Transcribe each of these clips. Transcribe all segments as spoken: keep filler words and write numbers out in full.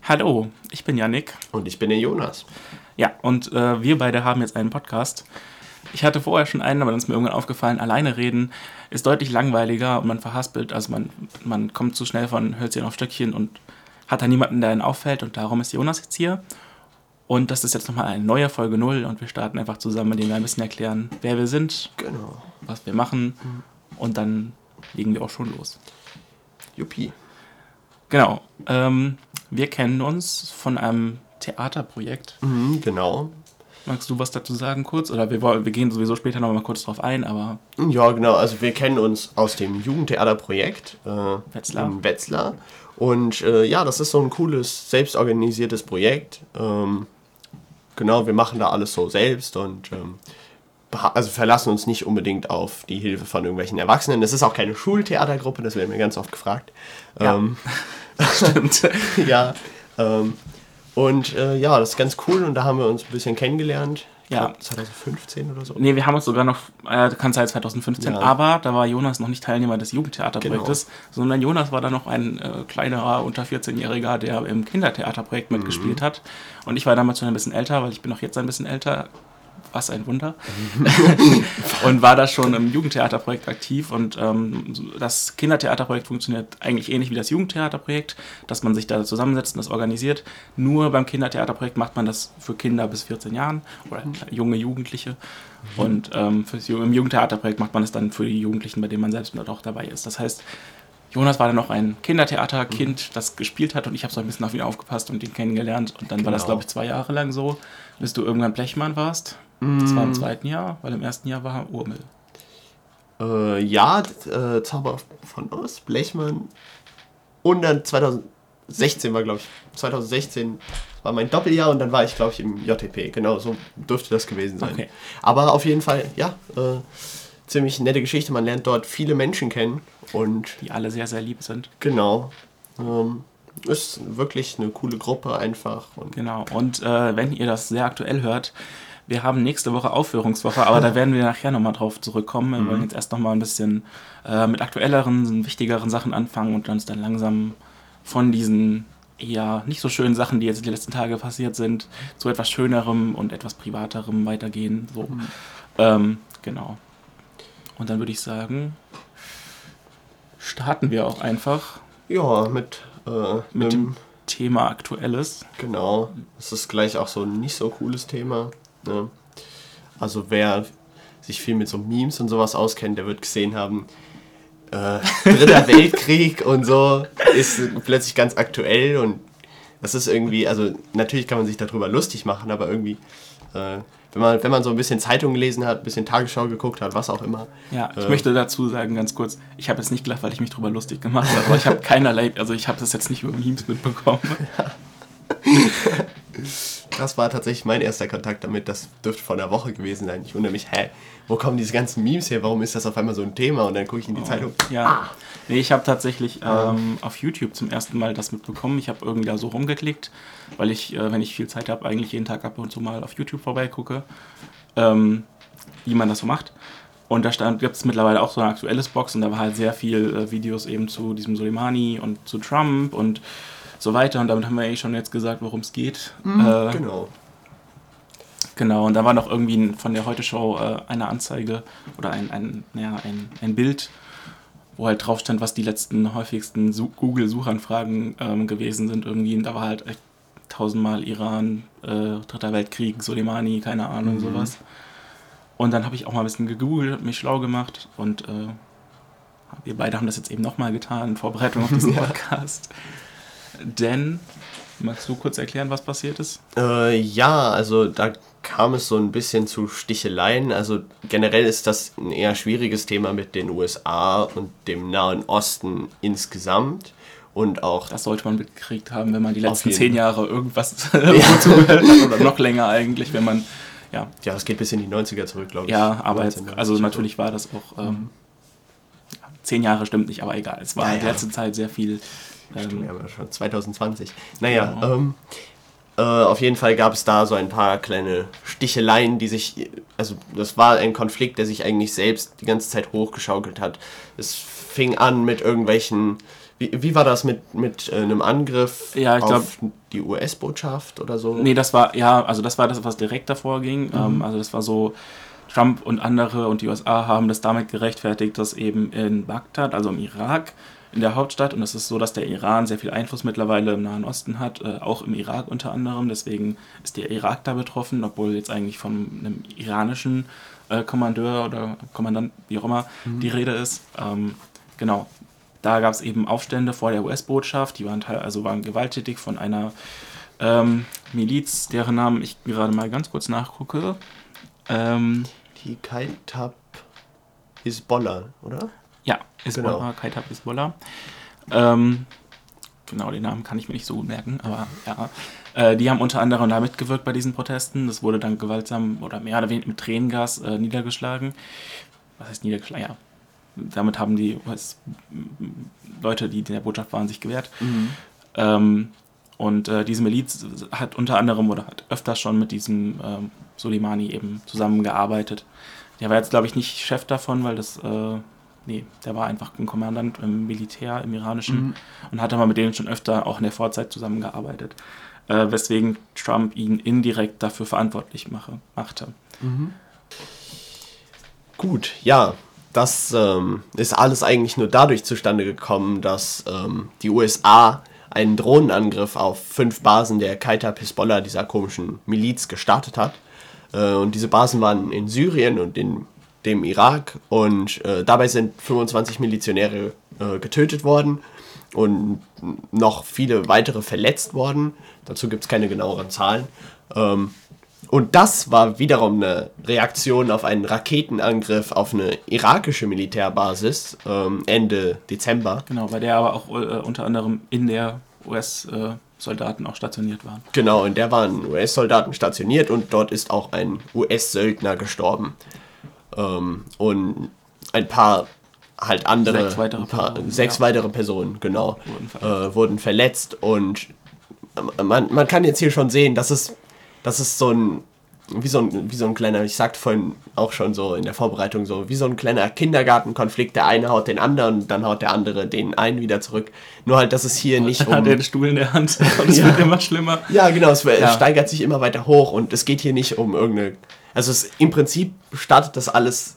Hallo, ich bin Yannick. Und ich bin der Jonas. Ja, und äh, wir beide haben jetzt einen Podcast. Ich hatte vorher schon einen, aber dann ist mir irgendwann aufgefallen, alleine reden ist deutlich langweiliger und man verhaspelt. Also man, man kommt zu schnell von Hölzchen auf Stöckchen und hat da niemanden, der einen auffällt. Und darum ist Jonas jetzt hier. Und das ist jetzt nochmal eine neue Folge null und wir starten einfach zusammen, indem wir ein bisschen erklären, wer wir sind, Genau. was wir machen und dann legen wir auch schon los. Juppie. Genau. Ähm, wir kennen uns von einem Theaterprojekt. Mhm, genau. Magst du was dazu sagen kurz? Oder wir, wollen- wir gehen sowieso später noch mal kurz drauf ein, aber Ja, genau. Also wir kennen uns aus dem Jugendtheaterprojekt äh, Wetzlar. in Wetzlar. Und äh, ja, das ist so ein cooles, selbstorganisiertes Projekt. Ähm, genau, wir machen da alles so selbst und ähm, beha- also verlassen uns nicht unbedingt auf die Hilfe von irgendwelchen Erwachsenen. Es ist auch keine Schultheatergruppe, das werden wir ganz oft gefragt. Ja. Ähm, stimmt. ja, ähm, und äh, ja, das ist ganz cool und da haben wir uns ein bisschen kennengelernt. Ich Ja. glaub, zwanzig fünfzehn oder so. Nee, wir haben uns sogar noch, äh, kann sein zwanzig fünfzehn, Ja. aber da war Jonas noch nicht Teilnehmer des Jugendtheaterprojektes, Genau. sondern Jonas war da noch ein äh, kleinerer, unter vierzehn-Jähriger, der im Kindertheaterprojekt mitgespielt hat. Und ich war damals schon ein bisschen älter, weil ich bin auch jetzt ein bisschen älter. Was ein Wunder. Und war da schon im Jugendtheaterprojekt aktiv. Und ähm, das Kindertheaterprojekt funktioniert eigentlich ähnlich wie das Jugendtheaterprojekt, dass man sich da zusammensetzt und das organisiert. Nur beim Kindertheaterprojekt macht man das für Kinder bis vierzehn Jahren oder junge Jugendliche. Und ähm, fürs, Ju- im Jugendtheaterprojekt macht man es dann für die Jugendlichen, bei denen man selbst auch dabei ist. Das heißt, Jonas war dann noch ein Kindertheaterkind, das gespielt hat und ich habe so ein bisschen auf ihn aufgepasst und ihn kennengelernt. Und dann war das, Genau. glaube ich, zwei Jahre lang so, bis du irgendwann Blechmann warst. Das war im zweiten Jahr, weil im ersten Jahr war Urmel. Äh, ja, äh, Zauber von Oz, Blechmann. Und dann zwanzig sechzehn war, glaube ich, zwanzig sechzehn war mein Doppeljahr und dann war ich, glaube ich, im J T P. Genau, so dürfte das gewesen sein. Okay. Aber auf jeden Fall, ja, äh, ziemlich nette Geschichte. Man lernt dort viele Menschen kennen und Die alle sehr, sehr lieb sind. genau, ähm, ist wirklich eine coole Gruppe einfach. Und Genau. Und äh, wenn ihr das sehr aktuell hört, wir haben nächste Woche Aufführungswoche, aber da werden wir nachher nochmal drauf zurückkommen. Wir wollen jetzt erst nochmal ein bisschen äh, mit aktuelleren, wichtigeren Sachen anfangen und uns dann langsam von diesen eher nicht so schönen Sachen, die jetzt die letzten Tage passiert sind, zu etwas Schönerem und etwas Privaterem weitergehen. So. Ähm, genau. Und dann würde ich sagen, starten wir auch einfach ja, mit, äh, mit einem- dem Thema Aktuelles. Genau, das ist gleich auch so ein nicht so cooles Thema. Ne? Also wer sich viel mit so Memes und sowas auskennt, der wird gesehen haben, äh, Dritter Weltkrieg und so ist plötzlich ganz aktuell und das ist irgendwie, also natürlich kann man sich darüber lustig machen, aber irgendwie, äh, wenn man, wenn man so ein bisschen Zeitung gelesen hat, ein bisschen Tagesschau geguckt hat, was auch immer. Ja, ich Äh, möchte dazu sagen, ganz kurz, ich habe jetzt nicht gelacht, weil ich mich drüber lustig gemacht habe, aber ich habe keinerlei, also ich habe das jetzt nicht über Memes mitbekommen. Das war tatsächlich mein erster Kontakt damit, das dürfte vor einer Woche gewesen sein. Ich wundere mich, hä, wo kommen diese ganzen Memes her, warum ist das auf einmal so ein Thema? Und dann gucke ich in die Zeitung. Ja, nee, ich habe tatsächlich ähm, auf YouTube zum ersten Mal das mitbekommen. Ich habe irgendwie da so rumgeklickt, weil ich, äh, wenn ich viel Zeit habe, eigentlich jeden Tag ab und zu mal auf YouTube vorbeigucke, ähm, wie man das so macht. Und da gibt es mittlerweile auch so eine aktuelles Box und da war halt sehr viel äh, Videos eben zu diesem Soleimani und zu Trump und so weiter. Und damit haben wir eigentlich schon jetzt gesagt, worum es geht. äh, Genau. Genau, und da war noch irgendwie ein- von der Heute-Show äh, eine Anzeige oder ein, ein, naja, ein, ein Bild, wo halt drauf stand, was die letzten häufigsten Su- Google-Suchanfragen ähm, gewesen sind irgendwie. Und da war halt echt tausendmal Iran, äh, Dritter Weltkrieg, Soleimani, keine Ahnung, sowas. Und dann habe ich auch mal ein bisschen gegoogelt, mich schlau gemacht und äh, wir beide haben das jetzt eben nochmal getan in Vorbereitung auf diesen Ja. Podcast. Denn, magst du kurz erklären, was passiert ist? Äh, ja, also da kam es so ein bisschen zu Sticheleien. Also generell ist das ein eher schwieriges Thema mit den U S A und dem Nahen Osten insgesamt. Und auch, Das sollte man mitgekriegt haben, wenn man die Auf letzten jeden zehn Jahre irgendwas irgendwo zugehört hat oder noch länger eigentlich, wenn man, ja, ja, es geht bis in die neunziger zurück, glaube ich. ja, aber jetzt, neunzehnhundert also so. natürlich war das auch, ähm, ja, zehn Jahre stimmt nicht, aber egal, es war Ja, in ja. der letzten Zeit sehr viel, Stimmt, ähm, ja, aber schon zwanzig zwanzig. Naja, Genau. ähm, äh, auf jeden Fall gab es da so ein paar kleine Sticheleien, die sich, also das war ein Konflikt, der sich eigentlich selbst die ganze Zeit hochgeschaukelt hat. Es fing an mit irgendwelchen Wie, wie war das mit, mit äh, einem Angriff ja, ich auf glaub, die U S-Botschaft oder so? Nee, das war, ja, also das war das, was direkt davor ging. Mhm. Ähm, also das war so, Trump und andere und die U S A haben das damit gerechtfertigt, dass eben in Bagdad, also im Irak, in der Hauptstadt, und es ist so, dass der Iran sehr viel Einfluss mittlerweile im Nahen Osten hat, äh, auch im Irak unter anderem, deswegen ist der Irak da betroffen, obwohl jetzt eigentlich von einem iranischen äh, Kommandeur oder Kommandant, wie auch immer, mhm. die Rede ist. Ähm, genau, da gab es eben Aufstände vor der U S-Botschaft, die waren, also waren gewalttätig von einer ähm, Miliz, deren Namen ich gerade mal ganz kurz nachgucke. Ähm, die Kaitab Hisbollah, oder? Ja, Hisbollah, genau. Kaitab Hisbollah. Ähm, genau, den Namen kann ich mir nicht so gut merken, aber ja. Äh, die haben unter anderem da mitgewirkt bei diesen Protesten. Das wurde dann gewaltsam oder mehr oder weniger mit Tränengas äh, niedergeschlagen. Was heißt niedergeschlagen? Ja. Damit haben die was, Leute, die in der Botschaft waren, sich gewehrt. Mhm. Ähm, und äh, diese Miliz hat unter anderem oder hat öfters schon mit diesem ähm, Soleimani eben zusammengearbeitet. Der war jetzt, glaube ich, nicht Chef davon, weil das, äh, nee, der war einfach ein Kommandant im Militär, im Iranischen, mhm. und hat aber mit denen schon öfter auch in der Vorzeit zusammengearbeitet. Äh, weswegen Trump ihn indirekt dafür verantwortlich mache, machte. Mhm. Gut, ja, das ähm, ist alles eigentlich nur dadurch zustande gekommen, dass ähm, die U S A einen Drohnenangriff auf fünf Basen der Kaitab Hisbollah, dieser komischen Miliz, gestartet hat. Äh, und diese Basen waren in Syrien und in dem Irak. Und äh, dabei sind fünfundzwanzig Milizionäre äh, getötet worden und noch viele weitere verletzt worden. Dazu gibt es keine genaueren Zahlen. Ähm, und das war wiederum eine Reaktion auf einen Raketenangriff auf eine irakische Militärbasis ähm, Ende Dezember. Genau, bei der aber auch äh, unter anderem in der U S-Soldaten auch stationiert waren. Genau, in der waren U S-Soldaten stationiert und dort ist auch ein U S-Söldner gestorben. Ähm, und ein paar halt andere, sechs weitere, paar, Personen, sechs ja. weitere Personen, genau, wurden verletzt. Äh, wurden verletzt und man, man kann jetzt hier schon sehen, dass es, dass es so ein, wie so ein, wie so ein kleiner, ich sagte vorhin auch schon so in der Vorbereitung so, wie so ein kleiner Kindergartenkonflikt, der eine haut den anderen und dann haut der andere den einen wieder zurück. Nur halt, dass es hier nicht um... Hat den Stuhl in der Hand und es ja. wird immer schlimmer. Ja, genau, es ja. steigert sich immer weiter hoch und es geht hier nicht um irgendeine... Also es, im Prinzip startet das alles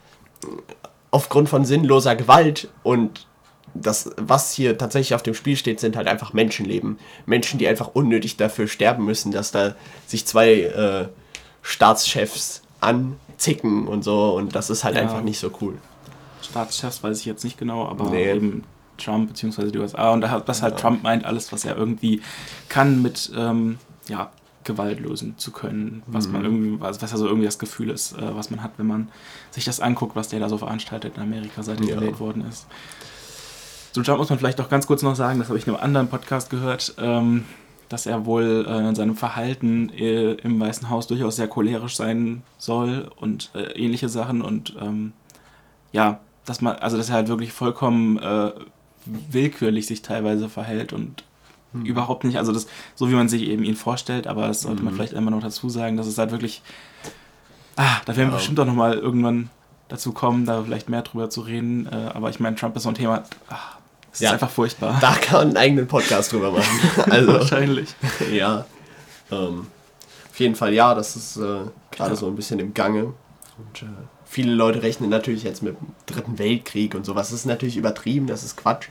aufgrund von sinnloser Gewalt und das, was hier tatsächlich auf dem Spiel steht, sind halt einfach Menschenleben. Menschen, die einfach unnötig dafür sterben müssen, dass da sich zwei äh, Staatschefs anzicken und so und das ist halt ja. einfach nicht so cool. Staatschefs weiß ich jetzt nicht genau, aber nee. eben Trump bzw. die U S A und das halt ja. Trump meint, alles, was er irgendwie kann mit ähm, ja, Gewalt lösen zu können, was mhm. man irgendwie, was ja so irgendwie das Gefühl ist, äh, was man hat, wenn man sich das anguckt, was der da so veranstaltet in Amerika, seit er ja. gewählt worden ist. Zu Trump muss man vielleicht auch ganz kurz noch sagen, das habe ich in einem anderen Podcast gehört, ähm, dass er wohl äh, in seinem Verhalten äh, im Weißen Haus durchaus sehr cholerisch sein soll und äh, ähnliche Sachen und ähm, ja, dass man, also dass er halt wirklich vollkommen äh, willkürlich sich teilweise verhält und mhm. überhaupt nicht, also das, so wie man sich eben ihn vorstellt, aber das sollte mhm. man vielleicht einmal noch dazu sagen, dass es halt wirklich, ah, da werden wir oh. bestimmt auch nochmal irgendwann dazu kommen, da vielleicht mehr drüber zu reden, äh, aber ich meine, Trump ist so ein Thema, ach, das ja, ist einfach furchtbar. Da kann man einen eigenen Podcast drüber machen. Also, wahrscheinlich. Ja. Ähm, auf jeden Fall, ja, das ist äh, gerade ja. so ein bisschen im Gange. Und äh, viele Leute rechnen natürlich jetzt mit dem Dritten Weltkrieg und sowas. Das ist natürlich übertrieben, das ist Quatsch.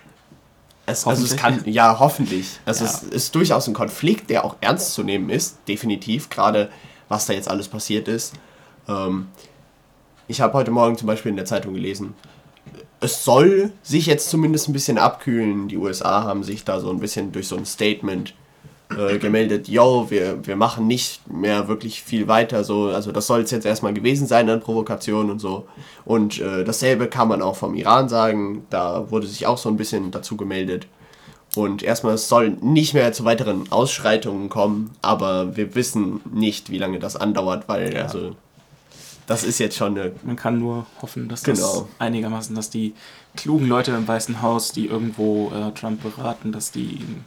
Es, also es kann, ja, hoffentlich. Also ja. es ist durchaus ein Konflikt, der auch ernst zu nehmen ist, definitiv. Gerade was da jetzt alles passiert ist. Ähm, ich habe heute Morgen zum Beispiel in der Zeitung gelesen, es soll sich jetzt zumindest ein bisschen abkühlen. Die U S A haben sich da so ein bisschen durch so ein Statement äh, gemeldet, yo, wir, wir machen nicht mehr wirklich viel weiter. So, also das soll es jetzt erstmal gewesen sein an Provokationen und so. Und äh, dasselbe kann man auch vom Iran sagen. Da wurde sich auch so ein bisschen dazu gemeldet. Und erstmal, es soll nicht mehr zu weiteren Ausschreitungen kommen, aber wir wissen nicht, wie lange das andauert, weil ja. also... Das ist jetzt schon eine... Man kann nur hoffen, dass genau. das einigermaßen, dass die klugen Leute im Weißen Haus, die irgendwo äh, Trump beraten, dass die ihn,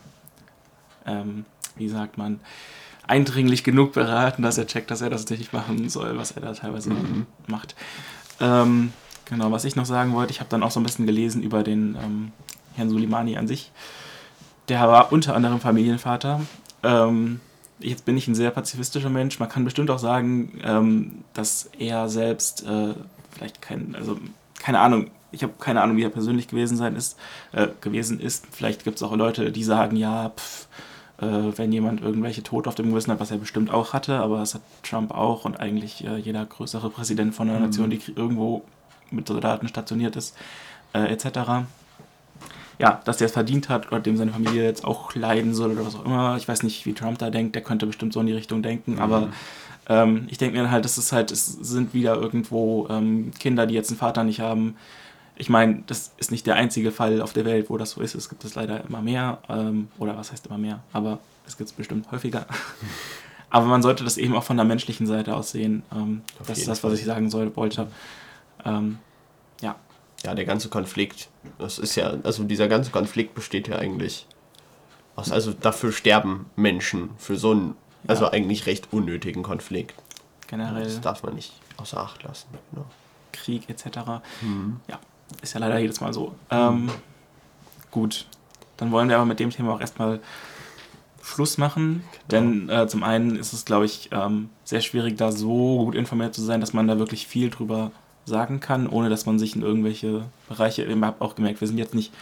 ähm, wie sagt man, eindringlich genug beraten, dass er checkt, dass er das nicht machen soll, was er da teilweise mhm. macht. Ähm, genau, was ich noch sagen wollte, ich habe dann auch so ein bisschen gelesen über den ähm, Herrn Soleimani an sich. Der war unter anderem Familienvater. Ähm, jetzt bin ich ein sehr pazifistischer Mensch. Man kann bestimmt auch sagen, ähm, dass er selbst äh, vielleicht kein, also keine Ahnung, ich habe keine Ahnung, wie er persönlich gewesen sein ist, äh, gewesen ist. Vielleicht gibt es auch Leute, die sagen, ja, pff, äh, wenn jemand irgendwelche Tod auf dem Gewissen hat, was er bestimmt auch hatte, aber das hat Trump auch und eigentlich äh, jeder größere Präsident von einer mhm. Nation, die irgendwo mit Soldaten stationiert ist, äh, et cetera. Ja, dass der es verdient hat oder dem seine Familie jetzt auch leiden soll oder was auch immer. Ich weiß nicht, wie Trump da denkt, der könnte bestimmt so in die Richtung denken, mhm. aber ähm, ich denke mir halt, das ist halt, es sind wieder irgendwo ähm, Kinder, die jetzt einen Vater nicht haben. Ich meine, das ist nicht der einzige Fall auf der Welt, wo das so ist. Es gibt es leider immer mehr, ähm, oder was heißt immer mehr, aber es gibt es bestimmt häufiger. Aber man sollte das eben auch von der menschlichen Seite aus sehen. Ähm, das ist das, was ich sagen soll, wollte. Ähm, ja. Ja, der ganze Konflikt, das ist ja, also dieser ganze Konflikt besteht ja eigentlich aus, also dafür sterben Menschen für so einen, ja. also eigentlich recht unnötigen Konflikt. Generell. Das darf man nicht außer Acht lassen. Genau. Krieg et cetera. Mhm. Ja, ist ja leider jedes Mal so. Ähm, gut, dann wollen wir aber mit dem Thema auch erstmal Schluss machen, genau. denn äh, zum einen ist es, glaube ich, ähm, sehr schwierig, da so gut informiert zu sein, dass man da wirklich viel drüber sagen kann, ohne dass man sich in irgendwelche Bereiche, ich habe auch gemerkt, wir sind jetzt nicht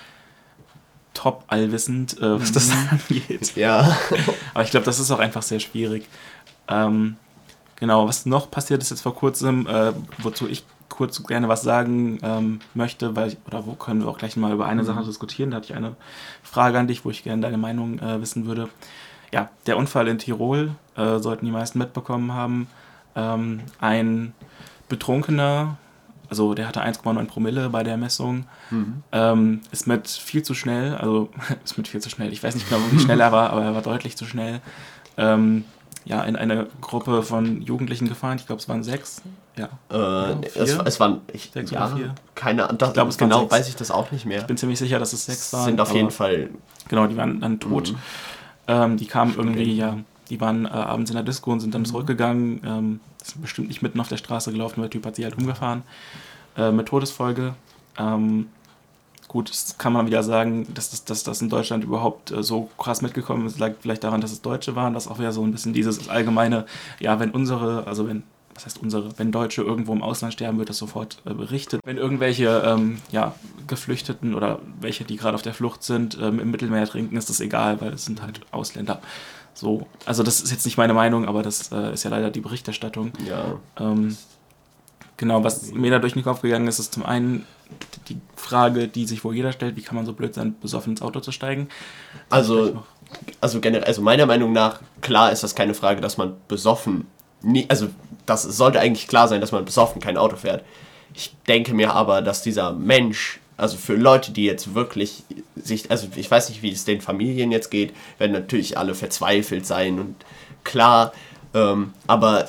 top allwissend, äh, was das angeht. Ja. Aber ich glaube, das ist auch einfach sehr schwierig. Ähm, genau, was noch passiert ist jetzt vor kurzem, äh, wozu ich kurz gerne was sagen ähm, möchte, weil ich, oder wo können wir auch gleich mal über eine mhm. Sache diskutieren, da hatte ich eine Frage an dich, wo ich gerne deine Meinung äh, wissen würde. Ja, der Unfall in Tirol, äh, sollten die meisten mitbekommen haben, ähm, ein Betrunkener, also der hatte eins Komma neun Promille bei der Messung, mhm. ähm, ist mit viel zu schnell, also ist mit viel zu schnell, ich weiß nicht genau, wie schnell er war, aber er war deutlich zu schnell, ähm, ja, in eine Gruppe von Jugendlichen gefahren, ich glaube es waren sechs, ja. Äh, es, es waren, ich, sechs ja, oder vier? Keine Ahnung, genau sechs. Weiß ich das auch nicht mehr. Ich bin ziemlich sicher, dass es sechs waren. Sind auf jeden Fall. Genau, die waren dann tot. Mhm. Ähm, die kamen irgendwie, ja, die waren äh, abends in der Disco und sind dann mhm. zurückgegangen, ähm, sind bestimmt nicht mitten auf der Straße gelaufen, weil der Typ hat sie halt umgefahren, äh, mit Todesfolge. Ähm, gut, das kann man wieder sagen, dass das, dass das in Deutschland überhaupt äh, so krass mitgekommen ist, lag vielleicht daran, dass es Deutsche waren, was auch wieder so ein bisschen dieses allgemeine, ja, wenn unsere, also wenn, was heißt unsere, wenn Deutsche irgendwo im Ausland sterben, wird das sofort äh, berichtet. Wenn irgendwelche ähm, ja, Geflüchteten oder welche, die gerade auf der Flucht sind, ähm, im Mittelmeer trinken, ist das egal, weil es sind halt Ausländer. So, also das ist jetzt nicht meine Meinung, aber das äh, ist ja leider die Berichterstattung. Ja. Ähm, genau, was mir da durch den Kopf gegangen ist, ist zum einen die Frage, die sich wohl jeder stellt, wie kann man so blöd sein, besoffen ins Auto zu steigen? Also, also generell, also meiner Meinung nach, klar ist das keine Frage, dass man besoffen, nie, also das sollte eigentlich klar sein, dass man besoffen kein Auto fährt. Ich denke mir aber, dass dieser Mensch, also für Leute, die jetzt wirklich sich, also ich weiß nicht, wie es den Familien jetzt geht, werden natürlich alle verzweifelt sein und klar, ähm, aber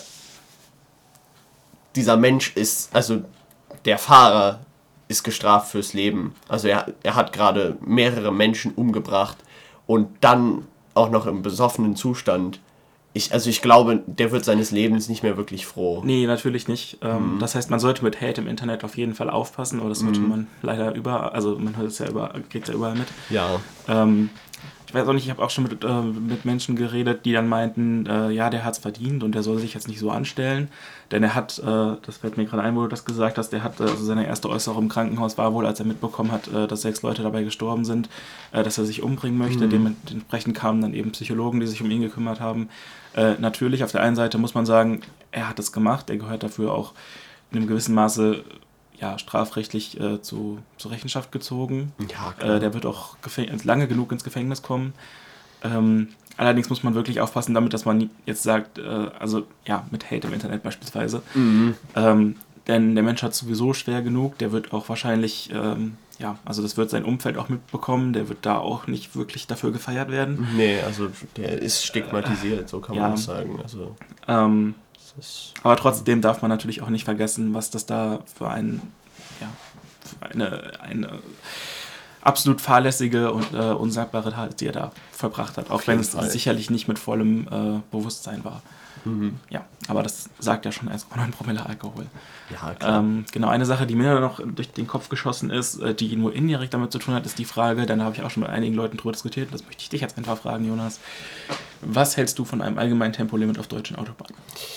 dieser Mensch ist, also der Fahrer ist gestraft fürs Leben. Also er, er hat gerade mehrere Menschen umgebracht und dann auch noch im besoffenen Zustand. Ich, also ich glaube, der wird seines Lebens nicht mehr wirklich froh. Nee, natürlich nicht. Ähm, mhm. Das heißt, man sollte mit Hate im Internet auf jeden Fall aufpassen, aber das sollte mhm. man leider überall, also man hört es ja überall, kriegt ja überall mit. Ja. Ähm, ich weiß auch nicht, ich habe auch schon mit, äh, mit Menschen geredet, die dann meinten, äh, ja, der hat es verdient und der soll sich jetzt nicht so anstellen, denn er hat, äh, das fällt mir gerade ein, wo du das gesagt hast, der hat, also seine erste Äußerung im Krankenhaus war wohl, als er mitbekommen hat, äh, dass sechs Leute dabei gestorben sind, äh, dass er sich umbringen möchte. Mhm. Dementsprechend kamen dann eben Psychologen, die sich um ihn gekümmert haben. Äh, natürlich, auf der einen Seite muss man sagen, er hat es gemacht, er gehört dafür auch in einem gewissen Maße ja, strafrechtlich äh, zu, zur Rechenschaft gezogen. Ja, klar. Äh, der wird auch gefäng- lange genug ins Gefängnis kommen. Ähm, allerdings muss man wirklich aufpassen damit, dass man jetzt sagt, äh, also ja, mit Hate im Internet beispielsweise. Mhm. Ähm, denn der Mensch hat sowieso schwer genug, der wird auch wahrscheinlich, ähm, ja, also das wird sein Umfeld auch mitbekommen, der wird da auch nicht wirklich dafür gefeiert werden. Nee, also der ist stigmatisiert, äh, so kann man ja. das sagen. Also, ähm, das, aber trotzdem darf man natürlich auch nicht vergessen, was das da für ein, ja, für eine, eine absolut fahrlässige und äh, unsagbare Tat, die er da vollbracht hat. Auch wenn es Fall. sicherlich nicht mit vollem äh, Bewusstsein war. Mhm. Ja, aber das sagt ja schon eins Komma neun Promille Alkohol. Ja, klar. Ähm, genau, eine Sache, die mir noch durch den Kopf geschossen ist, äh, die nur indirekt damit zu tun hat, ist die Frage, dann habe ich auch schon mit einigen Leuten drüber diskutiert, das möchte ich dich jetzt einfach fragen, Jonas. Was hältst du von einem allgemeinen Tempolimit auf deutschen Autobahnen?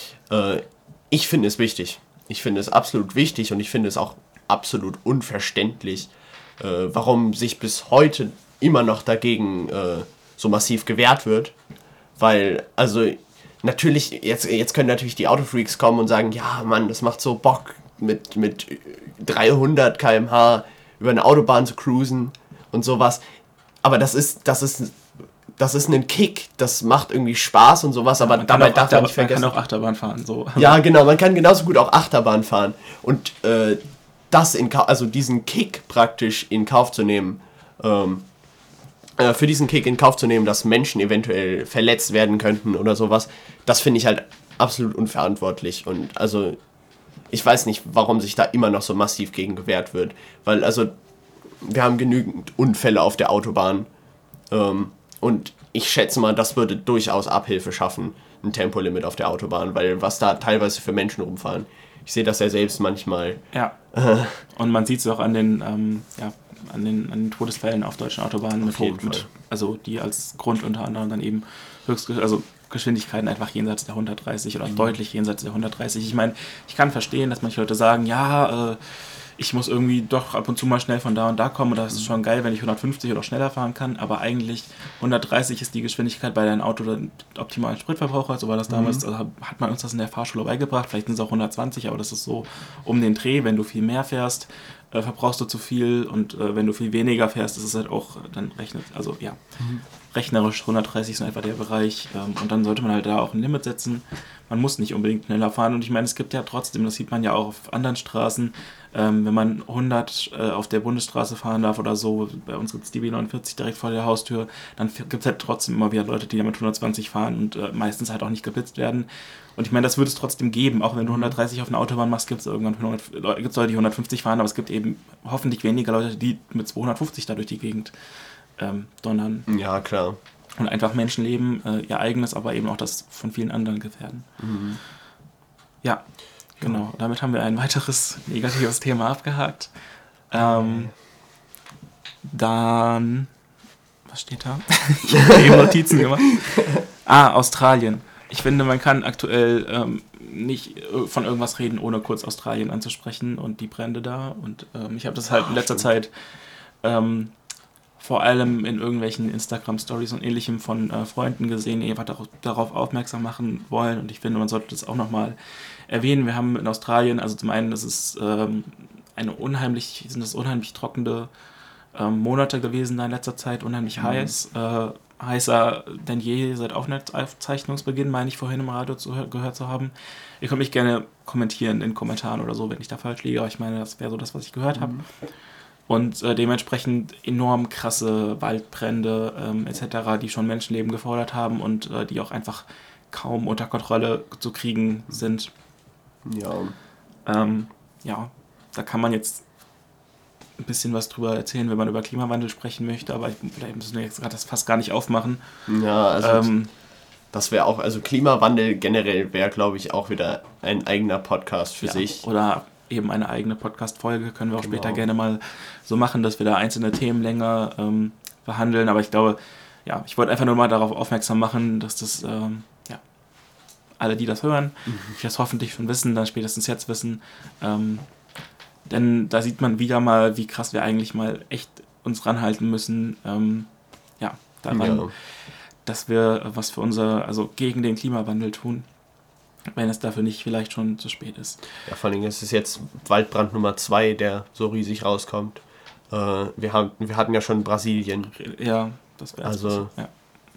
Äh, ich finde es wichtig. Ich finde es absolut wichtig und ich finde es auch absolut unverständlich, äh, warum sich bis heute immer noch dagegen äh, so massiv gewehrt wird. Weil, also... Natürlich, jetzt, jetzt können natürlich die Autofreaks kommen und sagen, ja Mann, das macht so Bock, mit, mit dreihundert Kilometer pro Stunde über eine Autobahn zu cruisen und sowas. Aber das ist, das ist, das ist ein Kick, das macht irgendwie Spaß und sowas, aber man dabei darf man nicht vergessen. Man kann auch Achterbahn fahren, so. Ja, genau, man kann genauso gut auch Achterbahn fahren. Und äh, das in Ka- also diesen Kick praktisch in Kauf zu nehmen, ähm, für diesen Kick in Kauf zu nehmen, dass Menschen eventuell verletzt werden könnten oder sowas, das finde ich halt absolut unverantwortlich. Und also, ich weiß nicht, warum sich da immer noch so massiv gegen gewehrt wird. Weil, also, wir haben genügend Unfälle auf der Autobahn. Ähm, und ich schätze mal, das würde durchaus Abhilfe schaffen, ein Tempolimit auf der Autobahn. Weil was da teilweise für Menschen rumfahren, ich sehe das ja selbst manchmal. Ja. Und man sieht es auch an den, ähm, ja, an den, an den Todesfällen auf deutschen Autobahnen, mit, hoch, mit, also die als Grund unter anderem dann eben Höchst, also Geschwindigkeiten einfach jenseits der hundertdreißig oder mhm. deutlich jenseits der hundertdreißig. Ich meine, ich kann verstehen, dass manche Leute sagen, ja, äh, ich muss irgendwie doch ab und zu mal schnell von da und da kommen und das ist schon geil, wenn ich hundertfünfzig oder schneller fahren kann, aber eigentlich hundertdreißig ist die Geschwindigkeit bei deinem Auto der optimalen Spritverbraucher, so war das damals, mhm. also hat man uns das in der Fahrschule beigebracht, vielleicht sind es auch hundertzwanzig, aber das ist so um den Dreh, wenn du viel mehr fährst, äh, verbrauchst du zu viel und äh, wenn du viel weniger fährst, ist es halt auch, dann rechnet, also ja, mhm. rechnerisch hundertdreißig ist einfach der Bereich ähm, und dann sollte man halt da auch ein Limit setzen. Man muss nicht unbedingt schneller fahren und ich meine, es gibt ja trotzdem, das sieht man ja auch auf anderen Straßen, ähm, wenn man hundert äh, auf der Bundesstraße fahren darf oder so, bei uns gibt es die B neunundvierzig direkt vor der Haustür, dann gibt es halt trotzdem immer wieder Leute, die da mit hundertzwanzig fahren und äh, meistens halt auch nicht geblitzt werden. Und ich meine, das würde es trotzdem geben, auch wenn du hundertdreißig auf einer Autobahn machst, gibt es irgendwann hundert, gibt's Leute, die hundertfünfzig fahren, aber es gibt eben hoffentlich weniger Leute, die mit zweihundertfünfzig da durch die Gegend ähm, donnern. Ja, klar. Und einfach Menschenleben, äh, ihr eigenes, aber eben auch das von vielen anderen gefährden. Mhm. Ja, genau. Damit haben wir ein weiteres negatives Thema abgehakt. Ähm, dann, was steht da? Ich habe eben Notizen gemacht. Ah, Australien. Ich finde, man kann aktuell ähm, nicht von irgendwas reden, ohne kurz Australien anzusprechen und die Brände da. Und ähm, ich habe das halt in letzter Zeit ähm, vor allem in irgendwelchen Instagram-Stories und Ähnlichem von äh, Freunden gesehen, die einfach darauf, darauf aufmerksam machen wollen. Und ich finde, man sollte das auch nochmal erwähnen. Wir haben in Australien, also zum einen, das ist ähm, eine unheimlich, sind das unheimlich trockene ähm, Monate gewesen da in letzter Zeit, unheimlich mhm. heiß. Äh, heißer denn je seit Aufzeichnungsbeginn, meine ich vorhin im Radio zu, gehört zu haben. Ihr könnt mich gerne kommentieren in den Kommentaren oder so, wenn ich da falsch liege, aber ich meine, das wäre so das, was ich gehört mhm. habe. Und äh, dementsprechend enorm krasse Waldbrände ähm, et cetera, die schon Menschenleben gefordert haben und äh, die auch einfach kaum unter Kontrolle zu kriegen sind. Ja. Ähm, ja, da kann man jetzt ein bisschen was drüber erzählen, wenn man über Klimawandel sprechen möchte, aber ich, vielleicht müssen wir jetzt gerade das fast gar nicht aufmachen. Ja, also ähm, das wäre auch, also Klimawandel generell wäre, glaube ich, auch wieder ein eigener Podcast für ja, sich. Oder eben eine eigene Podcast-Folge, können wir auch genau. später gerne mal so machen, dass wir da einzelne Themen länger ähm, behandeln, aber ich glaube, ja, ich wollte einfach nur mal darauf aufmerksam machen, dass das, ähm, ja, alle, die das hören, mhm. die das hoffentlich schon wissen, dann spätestens jetzt wissen, ähm, denn da sieht man wieder mal, wie krass wir eigentlich mal echt uns ranhalten müssen, ähm, ja, daran, ja. dass wir was für unser, also gegen den Klimawandel tun, wenn es dafür nicht vielleicht schon zu spät ist. Ja, vor allem ist es jetzt Waldbrand Nummer zwei, der so riesig rauskommt. Äh, wir, haben, wir hatten ja schon Brasilien. Ja, das wäre also ja.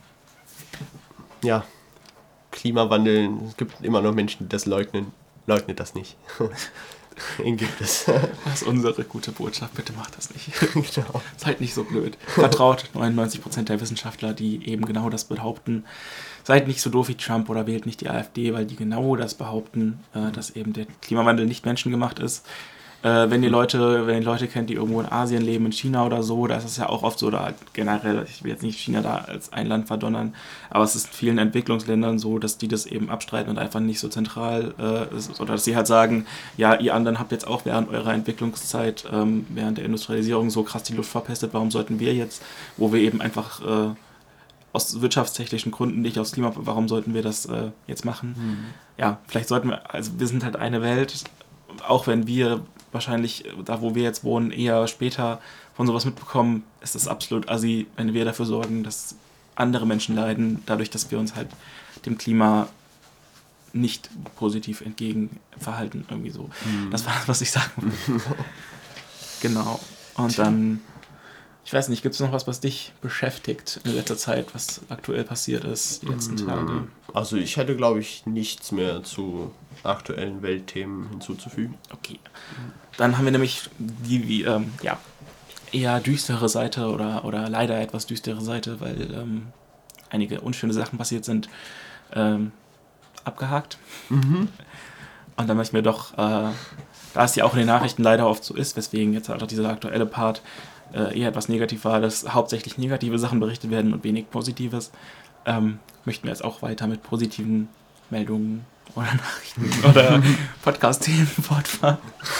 ja, Klimawandel, es gibt immer noch Menschen, die das leugnen. Leugnet das nicht. Den gibt es. Das ist unsere gute Botschaft, bitte macht das nicht. Genau. Seid nicht so blöd. Vertraut neunundneunzig Prozent der Wissenschaftler, die eben genau das behaupten. Seid nicht so doof wie Trump oder wählt nicht die AfD, weil die genau das behaupten, äh, dass eben der Klimawandel nicht menschengemacht ist. Äh, wenn ihr Leute, wenn ihr Leute kennt, die irgendwo in Asien leben, in China oder so, da ist es ja auch oft so, oder generell, ich will jetzt nicht China da als ein Land verdonnern, aber es ist in vielen Entwicklungsländern so, dass die das eben abstreiten und einfach nicht so zentral äh, ist, oder dass sie halt sagen, ja, ihr anderen habt jetzt auch während eurer Entwicklungszeit, ähm, während der Industrialisierung so krass die Luft verpestet, warum sollten wir jetzt, wo wir eben einfach äh, aus wirtschaftstechnischen Gründen, nicht aus Klima, warum sollten wir das äh, jetzt machen? Mhm. Ja, vielleicht sollten wir, also wir sind halt eine Welt, auch wenn wir wahrscheinlich, da wo wir jetzt wohnen, eher später von sowas mitbekommen, ist es absolut assi, wenn wir dafür sorgen, dass andere Menschen leiden, dadurch, dass wir uns halt dem Klima nicht positiv entgegen verhalten, irgendwie so. Mhm. Das war das, was ich sagen wollte. Genau. Und dann, ich weiß nicht, gibt es noch was, was dich beschäftigt in letzter Zeit, was aktuell passiert ist, die letzten mhm. Tage? Also ich hätte, glaube ich, nichts mehr zu aktuellen Weltthemen hinzuzufügen. Okay. Dann haben wir nämlich die wie, ähm, ja, eher düstere Seite oder, oder leider etwas düstere Seite, weil ähm, einige unschöne Sachen passiert sind, ähm, abgehakt. Mhm. Und dann möchte ich mir doch, äh, da es ja auch in den Nachrichten leider oft so ist, weswegen jetzt halt auch dieser aktuelle Part äh, eher etwas negativ war, dass hauptsächlich negative Sachen berichtet werden und wenig Positives, ähm, möchten wir jetzt auch weiter mit positiven Meldungen oder Nachrichten oder Podcast-Themen fortfahren.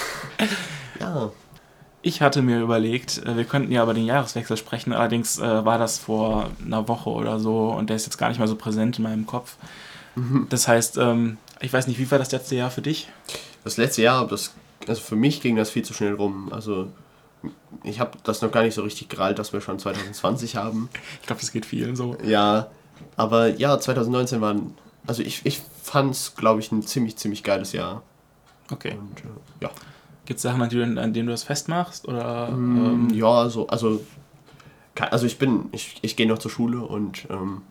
Ja. Ich hatte mir überlegt, wir könnten ja über den Jahreswechsel sprechen, allerdings äh, war das vor einer Woche oder so und der ist jetzt gar nicht mehr so präsent in meinem Kopf. Mhm. Das heißt, ähm, ich weiß nicht, wie war das letzte Jahr für dich? Das letzte Jahr, das, also für mich ging das viel zu schnell rum. Also ich habe das noch gar nicht so richtig gerallt, dass wir schon zwanzig zwanzig haben. Ich glaube, das geht vielen so. Ja, aber ja, zwanzig neunzehn war ein, also ich, ich fand es, glaube ich, ein ziemlich, ziemlich geiles Jahr. Okay. Und, äh, ja. Gibt es Sachen, an denen, an denen du das festmachst? Oder, mm, ähm ja, also, also, also ich bin, ich, ich gehe noch zur Schule und ähm,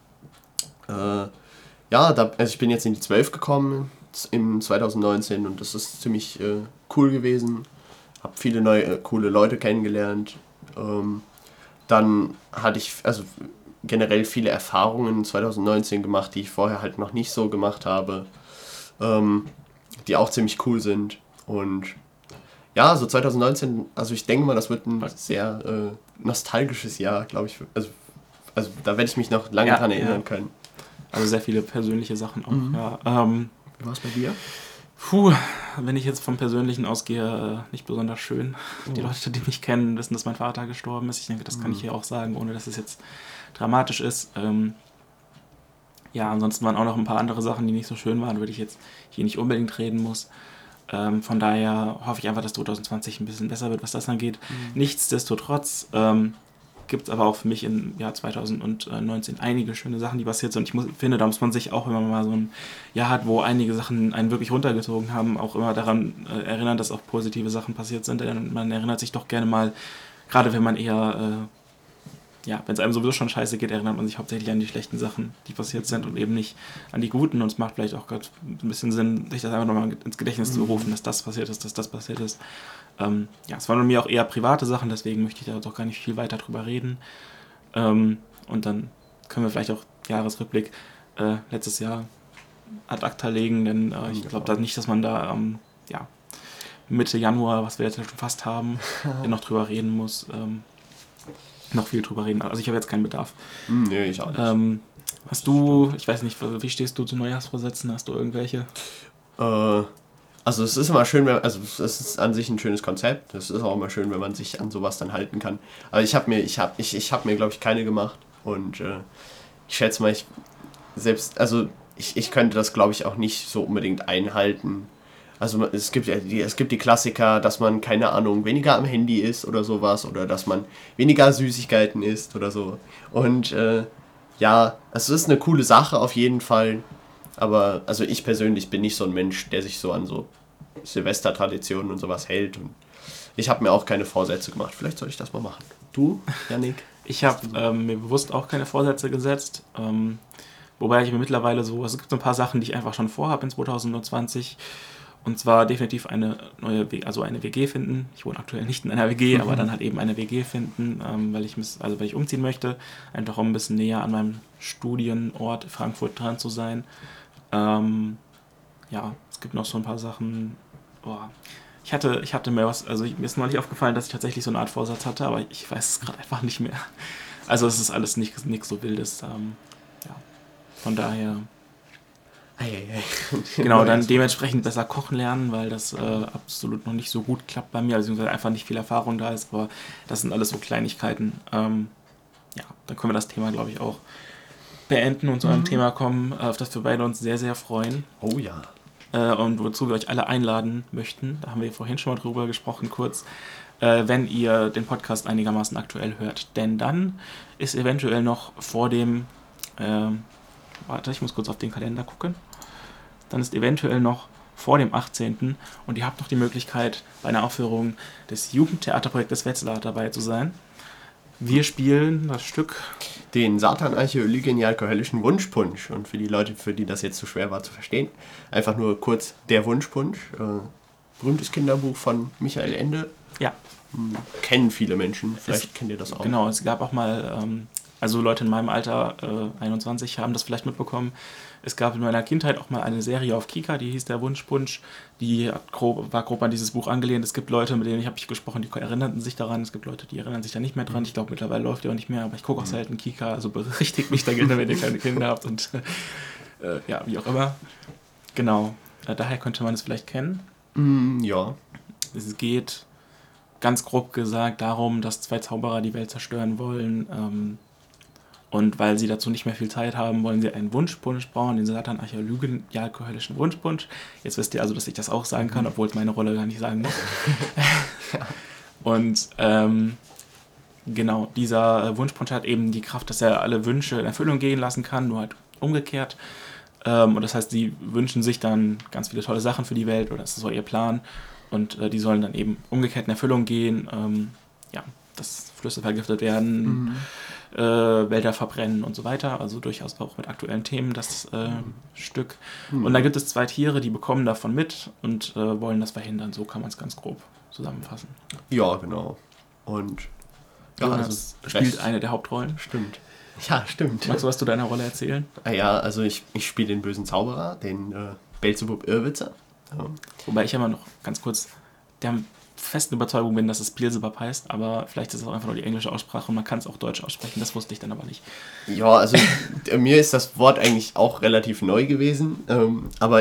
äh, ja, da, also ich bin jetzt in die zwölf gekommen im zwanzig neunzehn und das ist ziemlich äh, cool gewesen. Hab viele neue, äh, coole Leute kennengelernt. Ähm, dann hatte ich also generell viele Erfahrungen in zwanzig neunzehn gemacht, die ich vorher halt noch nicht so gemacht habe, ähm, die auch ziemlich cool sind. Und ja, so zwanzig neunzehn, also ich denke mal, das wird ein sehr äh, nostalgisches Jahr, glaube ich. Also, also da werde ich mich noch lange ja, dran erinnern ja. können. Also sehr viele persönliche Sachen auch. Mhm. Ja, ähm, Wie war es bei dir? Puh, wenn ich jetzt vom Persönlichen ausgehe, nicht besonders schön. Oh. Die Leute, die mich kennen, wissen, dass mein Vater gestorben ist. Ich denke, das kann mhm. ich hier auch sagen, ohne dass es jetzt dramatisch ist. Ähm, ja, ansonsten waren auch noch ein paar andere Sachen, die nicht so schön waren, würde ich jetzt hier nicht unbedingt reden muss. Ähm, von daher hoffe ich einfach, dass zwanzig zwanzig ein bisschen besser wird, was das angeht. Mhm. Nichtsdestotrotz ähm, gibt es aber auch für mich im Jahr zwanzig neunzehn einige schöne Sachen, die passiert sind. Und ich muss, finde, da muss man sich auch, wenn man mal so ein Jahr hat, wo einige Sachen einen wirklich runtergezogen haben, auch immer daran äh, erinnern, dass auch positive Sachen passiert sind. Denn man erinnert sich doch gerne mal, gerade wenn man eher, äh, ja, wenn es einem sowieso schon scheiße geht, erinnert man sich hauptsächlich an die schlechten Sachen, die passiert sind und eben nicht an die guten. Und es macht vielleicht auch gerade ein bisschen Sinn, sich das einfach nochmal ins Gedächtnis mhm. zu rufen, dass das passiert ist, dass das passiert ist. Ähm, ja, es waren bei mir auch eher private Sachen, deswegen möchte ich da doch gar nicht viel weiter drüber reden. Ähm, und dann können wir vielleicht auch Jahresrückblick äh, letztes Jahr ad acta legen, denn äh, ich glaube da nicht, dass man da ähm, ja, Mitte Januar, was wir jetzt schon fast haben, noch drüber reden muss. Ähm, noch viel drüber reden. Also ich habe jetzt keinen Bedarf. Nee, ich auch nicht. Ähm, hast du, ich weiß nicht, wie stehst du zu Neujahrsvorsätzen? Hast du irgendwelche? Äh... Also es ist immer schön, wenn, also es ist an sich ein schönes Konzept. Es ist auch immer schön, wenn man sich an sowas dann halten kann. Aber ich habe mir, ich habe, ich, ich habe mir, glaube ich, keine gemacht. Und äh, ich schätze mal, ich selbst, also ich, ich könnte das, glaube ich, auch nicht so unbedingt einhalten. Also es gibt ja die, es gibt die Klassiker, dass man, keine Ahnung, weniger am Handy ist oder sowas. Oder dass man weniger Süßigkeiten isst oder so. Und äh, ja, es ist eine coole Sache auf jeden Fall. Aber also ich persönlich bin nicht so ein Mensch, der sich so an so Silvestertraditionen und sowas hält. Und ich habe mir auch keine Vorsätze gemacht. Vielleicht soll ich das mal machen. Du, Yannick? Ich habe ähm, mir bewusst auch keine Vorsätze gesetzt. Ähm, wobei ich mir mittlerweile so, also es gibt so ein paar Sachen, die ich einfach schon vorhabe in zwanzig zwanzig. Und zwar definitiv eine neue, w- also eine W G finden. Ich wohne aktuell nicht in einer W G, mhm. aber dann halt eben eine W G finden, ähm, weil ich mis- also weil ich umziehen möchte. Einfach um ein bisschen näher an meinem Studienort Frankfurt dran zu sein. Ähm, ja, es gibt noch so ein paar Sachen. Boah. Ich hatte, ich hatte mir was, also mir ist neulich aufgefallen, dass ich tatsächlich so eine Art Vorsatz hatte, aber ich weiß es gerade einfach nicht mehr. Also es ist alles nicht, nichts so Wildes. Ähm, ja. Von daher. Ei, ei, ei. Genau, dann dementsprechend besser kochen lernen, weil das äh, absolut noch nicht so gut klappt bei mir, also einfach nicht viel Erfahrung da ist, aber das sind alles so Kleinigkeiten. Ähm, ja, dann können wir das Thema, glaube ich, auch beenden und zu einem mhm. Thema kommen, auf das wir beide uns sehr, sehr freuen. Oh ja. Äh, und wozu wir euch alle einladen möchten, da haben wir vorhin schon mal drüber gesprochen, kurz, äh, wenn ihr den Podcast einigermaßen aktuell hört. Denn dann ist eventuell noch vor dem, äh, warte, ich muss kurz auf den Kalender gucken, dann ist eventuell noch vor dem achtzehnten und ihr habt noch die Möglichkeit, bei einer Aufführung des Jugendtheaterprojektes Wetzlar dabei zu sein. Wir spielen das Stück... Den Satan-Archäologen-Alkoholischen Wunschpunsch. Und für die Leute, für die das jetzt zu schwer war zu verstehen, einfach nur kurz der Wunschpunsch. Äh, berühmtes Kinderbuch von Michael Ende. Ja. Hm, kennen viele Menschen, vielleicht es, kennt ihr das auch. Genau, es gab auch mal, ähm, also Leute in meinem Alter, äh, einundzwanzig, haben das vielleicht mitbekommen. Es gab in meiner Kindheit auch mal eine Serie auf Kika, die hieß Der Wunschpunsch. Die hat grob, war grob an dieses Buch angelehnt. Es gibt Leute, mit denen ich habe ich gesprochen, die erinnerten sich daran. Es gibt Leute, die erinnern sich da nicht mehr dran. Ich glaube, mittlerweile läuft die auch nicht mehr, aber ich gucke auch selten Kika. Also berichtigt mich da gerne, wenn ihr keine Kinder habt und äh, ja, wie auch immer. Genau, äh, daher könnte man es vielleicht kennen. Mm, ja. Es geht ganz grob gesagt darum, dass zwei Zauberer die Welt zerstören wollen. Ähm, Und weil sie dazu nicht mehr viel Zeit haben, wollen sie einen Wunschpunsch brauen, den Satan-Archäologen-Alkoholischen Wunschpunsch. Jetzt wisst ihr also, dass ich das auch sagen kann, obwohl es meine Rolle gar nicht sagen muss. ja. Und ähm, genau, dieser Wunschpunsch hat eben die Kraft, dass er alle Wünsche in Erfüllung gehen lassen kann, nur halt umgekehrt. Ähm, und das heißt, sie wünschen sich dann ganz viele tolle Sachen für die Welt, oder das ist so ihr Plan. Und äh, die sollen dann eben umgekehrt in Erfüllung gehen. Ähm, ja, dass Flüsse vergiftet werden, mhm. äh, Wälder verbrennen und so weiter. Also durchaus auch mit aktuellen Themen das äh, mhm. Stück. Mhm. Und dann gibt es zwei Tiere, die bekommen davon mit und äh, wollen das verhindern. So kann man es ganz grob zusammenfassen. Ja, genau. Und ja, Jonas also spielt recht. eine der Hauptrollen. Stimmt. Ja, stimmt. Magst du was zu deiner Rolle erzählen? Ah ja, also ich, ich spiele den bösen Zauberer, den äh, Beelzebub Irrwitzer. Ja. Wobei ich immer noch ganz kurz der festen Überzeugung bin, dass es Beelzebub heißt, aber vielleicht ist es auch einfach nur die englische Aussprache und man kann es auch deutsch aussprechen, das wusste ich dann aber nicht. Ja, also mir ist das Wort eigentlich auch relativ neu gewesen, ähm, aber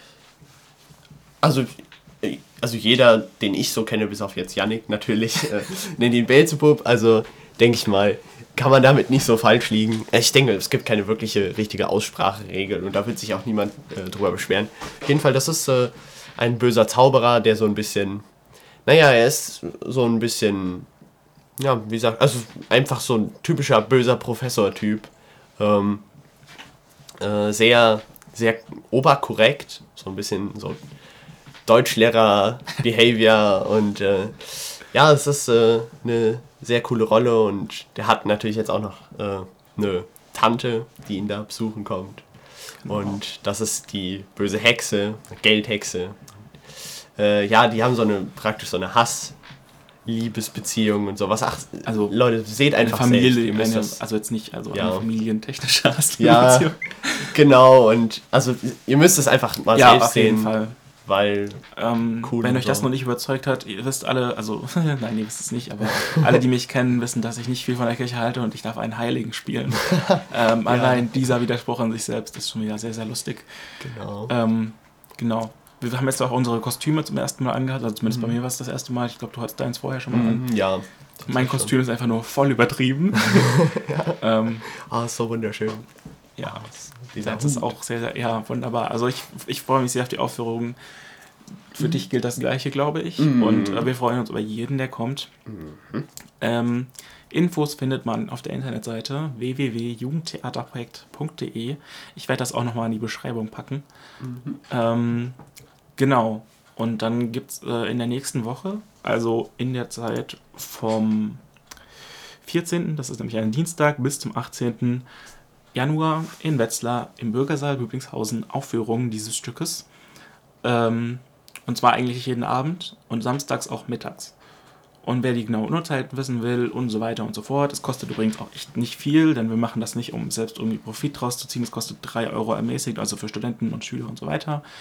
also, also jeder, den ich so kenne, bis auf jetzt Yannick natürlich, äh, nennt ihn Beelzebub, also denke ich mal, kann man damit nicht so falsch liegen. Ich denke, es gibt keine wirkliche richtige Ausspracheregel und da wird sich auch niemand äh, drüber beschweren. Auf jeden Fall, das ist äh, ein böser Zauberer, der so ein bisschen, naja, er ist so ein bisschen, ja, wie gesagt, also einfach so ein typischer böser Professor-Typ. Ähm, äh, sehr, sehr oberkorrekt, so ein bisschen so Deutschlehrer-Behavior und äh, ja, es ist äh, eine sehr coole Rolle und der hat natürlich jetzt auch noch äh, eine Tante, die ihn da besuchen kommt. Genau. Und das ist die böse Hexe, Geldhexe. Äh, ja, die haben so eine praktisch so eine Hass-Liebesbeziehung und sowas. Ach, also Leute, seht einfach Familie, selbst. Eine, also jetzt nicht, also ja. eine familientechnische Hassliebesbeziehung. Ja, genau. Und also ihr müsst es einfach mal ja, selbst auf jeden sehen. Fall. Weil ähm, cool wenn euch so. das noch nicht überzeugt hat, ihr wisst alle, also nein, ihr wisst es nicht, aber alle, die mich kennen, wissen, dass ich nicht viel von der Kirche halte und ich darf einen Heiligen spielen. ähm, ja. Allein dieser Widerspruch an sich selbst ist schon wieder sehr, sehr lustig. Genau. Ähm, genau. Wir haben jetzt auch unsere Kostüme zum ersten Mal angehabt, also zumindest mhm. bei mir war es das erste Mal. Ich glaube, du hattest deins vorher schon mal an. Mhm, ja. Mein Kostüm schon. Ist einfach nur voll übertrieben. ja. ähm, oh, ist so wunderschön. Ja, das ist auch sehr, sehr, ja, wunderbar. Also ich, ich freue mich sehr auf die Aufführung. Für mhm. dich gilt das Gleiche, glaube ich. Mhm. Und äh, wir freuen uns über jeden, der kommt. Mhm. Ähm, Infos findet man auf der Internetseite w w w punkt jugendtheaterprojekt punkt d e. Ich werde das auch nochmal in die Beschreibung packen. Mhm. Ähm, genau. Und dann gibt es äh, in der nächsten Woche, also in der Zeit vom vierzehnten, das ist nämlich ein Dienstag, bis zum achtzehnten Januar in Wetzlar im Bürgersaal Büblingshausen Aufführungen dieses Stückes. Ähm, und zwar eigentlich jeden Abend und samstags auch mittags. Und wer die genauen Uhrzeiten wissen will und so weiter und so fort, es kostet übrigens auch echt nicht viel, denn wir machen das nicht, um selbst irgendwie Profit draus zu ziehen. Es kostet drei Euro ermäßigt, also für Studenten und Schüler und so weiter.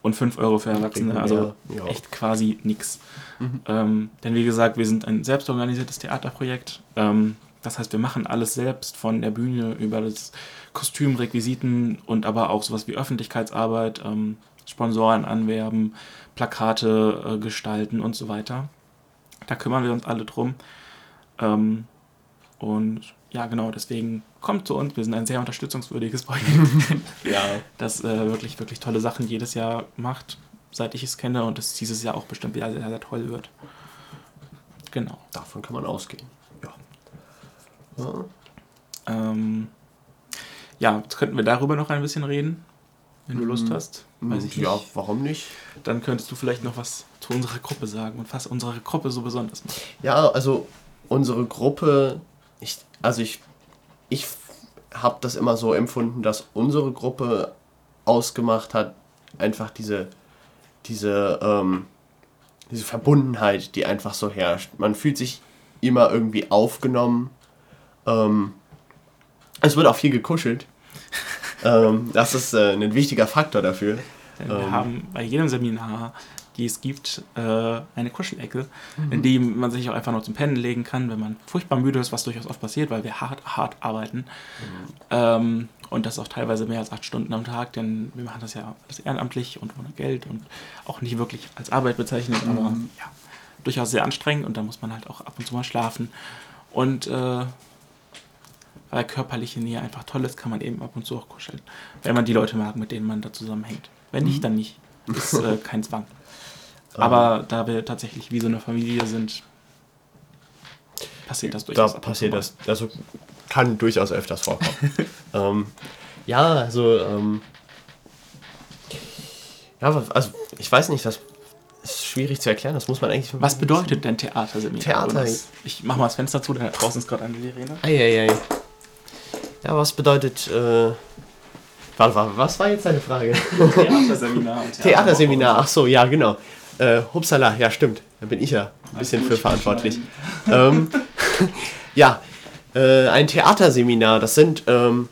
und fünf Euro für Erwachsene, also ja. echt quasi nix. Mhm. Ähm, denn wie gesagt, wir sind ein selbstorganisiertes Theaterprojekt. Ähm, das heißt, wir machen alles selbst, von der Bühne über das Kostüm, Requisiten und aber auch sowas wie Öffentlichkeitsarbeit, ähm, Sponsoren anwerben, Plakate äh, gestalten und so weiter. Da kümmern wir uns alle drum. Ähm, und ja, genau, deswegen kommt zu uns. Wir sind ein sehr unterstützungswürdiges Projekt, ja. das äh, wirklich, wirklich tolle Sachen jedes Jahr macht, seit ich es kenne, und das dieses Jahr auch bestimmt wieder sehr, sehr toll wird. Genau. Davon kann man ausgehen. Ja. Ja, ähm, ja, jetzt könnten wir darüber noch ein bisschen reden, wenn du Lust hast. Weiß ich ja, nicht. Warum nicht? Dann könntest du vielleicht noch was zu unserer Gruppe sagen und was unsere Gruppe so besonders macht. Ja, also unsere Gruppe, ich, also ich, ich habe das immer so empfunden, dass unsere Gruppe ausgemacht hat, einfach diese, diese, ähm, diese Verbundenheit, die einfach so herrscht. Man fühlt sich immer irgendwie aufgenommen. Ähm, es wird auch viel gekuschelt. ähm, das ist äh, ein wichtiger Faktor dafür. Denn wir ähm, haben bei jedem Seminar, die es gibt, äh, eine Kuschelecke, mhm. in die man sich auch einfach noch zum Pennen legen kann, wenn man furchtbar müde ist, was durchaus oft passiert, weil wir hart, hart arbeiten. Mhm. Ähm, und das auch teilweise mehr als acht Stunden am Tag, denn wir machen das ja alles ehrenamtlich und ohne Geld und auch nicht wirklich als Arbeit bezeichnet, mhm. aber ja, durchaus sehr anstrengend, und da muss man halt auch ab und zu mal schlafen. Und äh, weil körperliche Nähe einfach toll ist, kann man eben ab und zu auch kuscheln, wenn man die Leute mag, mit denen man da zusammenhängt. Wenn nicht, dann nicht. Ist äh, kein Zwang. Aber um, da wir tatsächlich wie so eine Familie sind, passiert das durchaus. Da passiert das, also kann durchaus öfters vorkommen. ähm, ja, also, ähm, ja, also ich weiß nicht, das ist schwierig zu erklären, das muss man eigentlich... Was bedeutet denn Theaterseminar? Theater? Ich mach mal das Fenster zu, da draußen ist gerade eine Sirene. Eieiei. Ja, was bedeutet... Äh, warte, was war jetzt deine Frage? Theaterseminar. Und Theater Theaterseminar, ach so, ja, genau. Äh, hupsala, ja, stimmt. Da bin ich ja ein bisschen für verantwortlich. ähm, ja, äh, ein Theaterseminar, das sind ähm,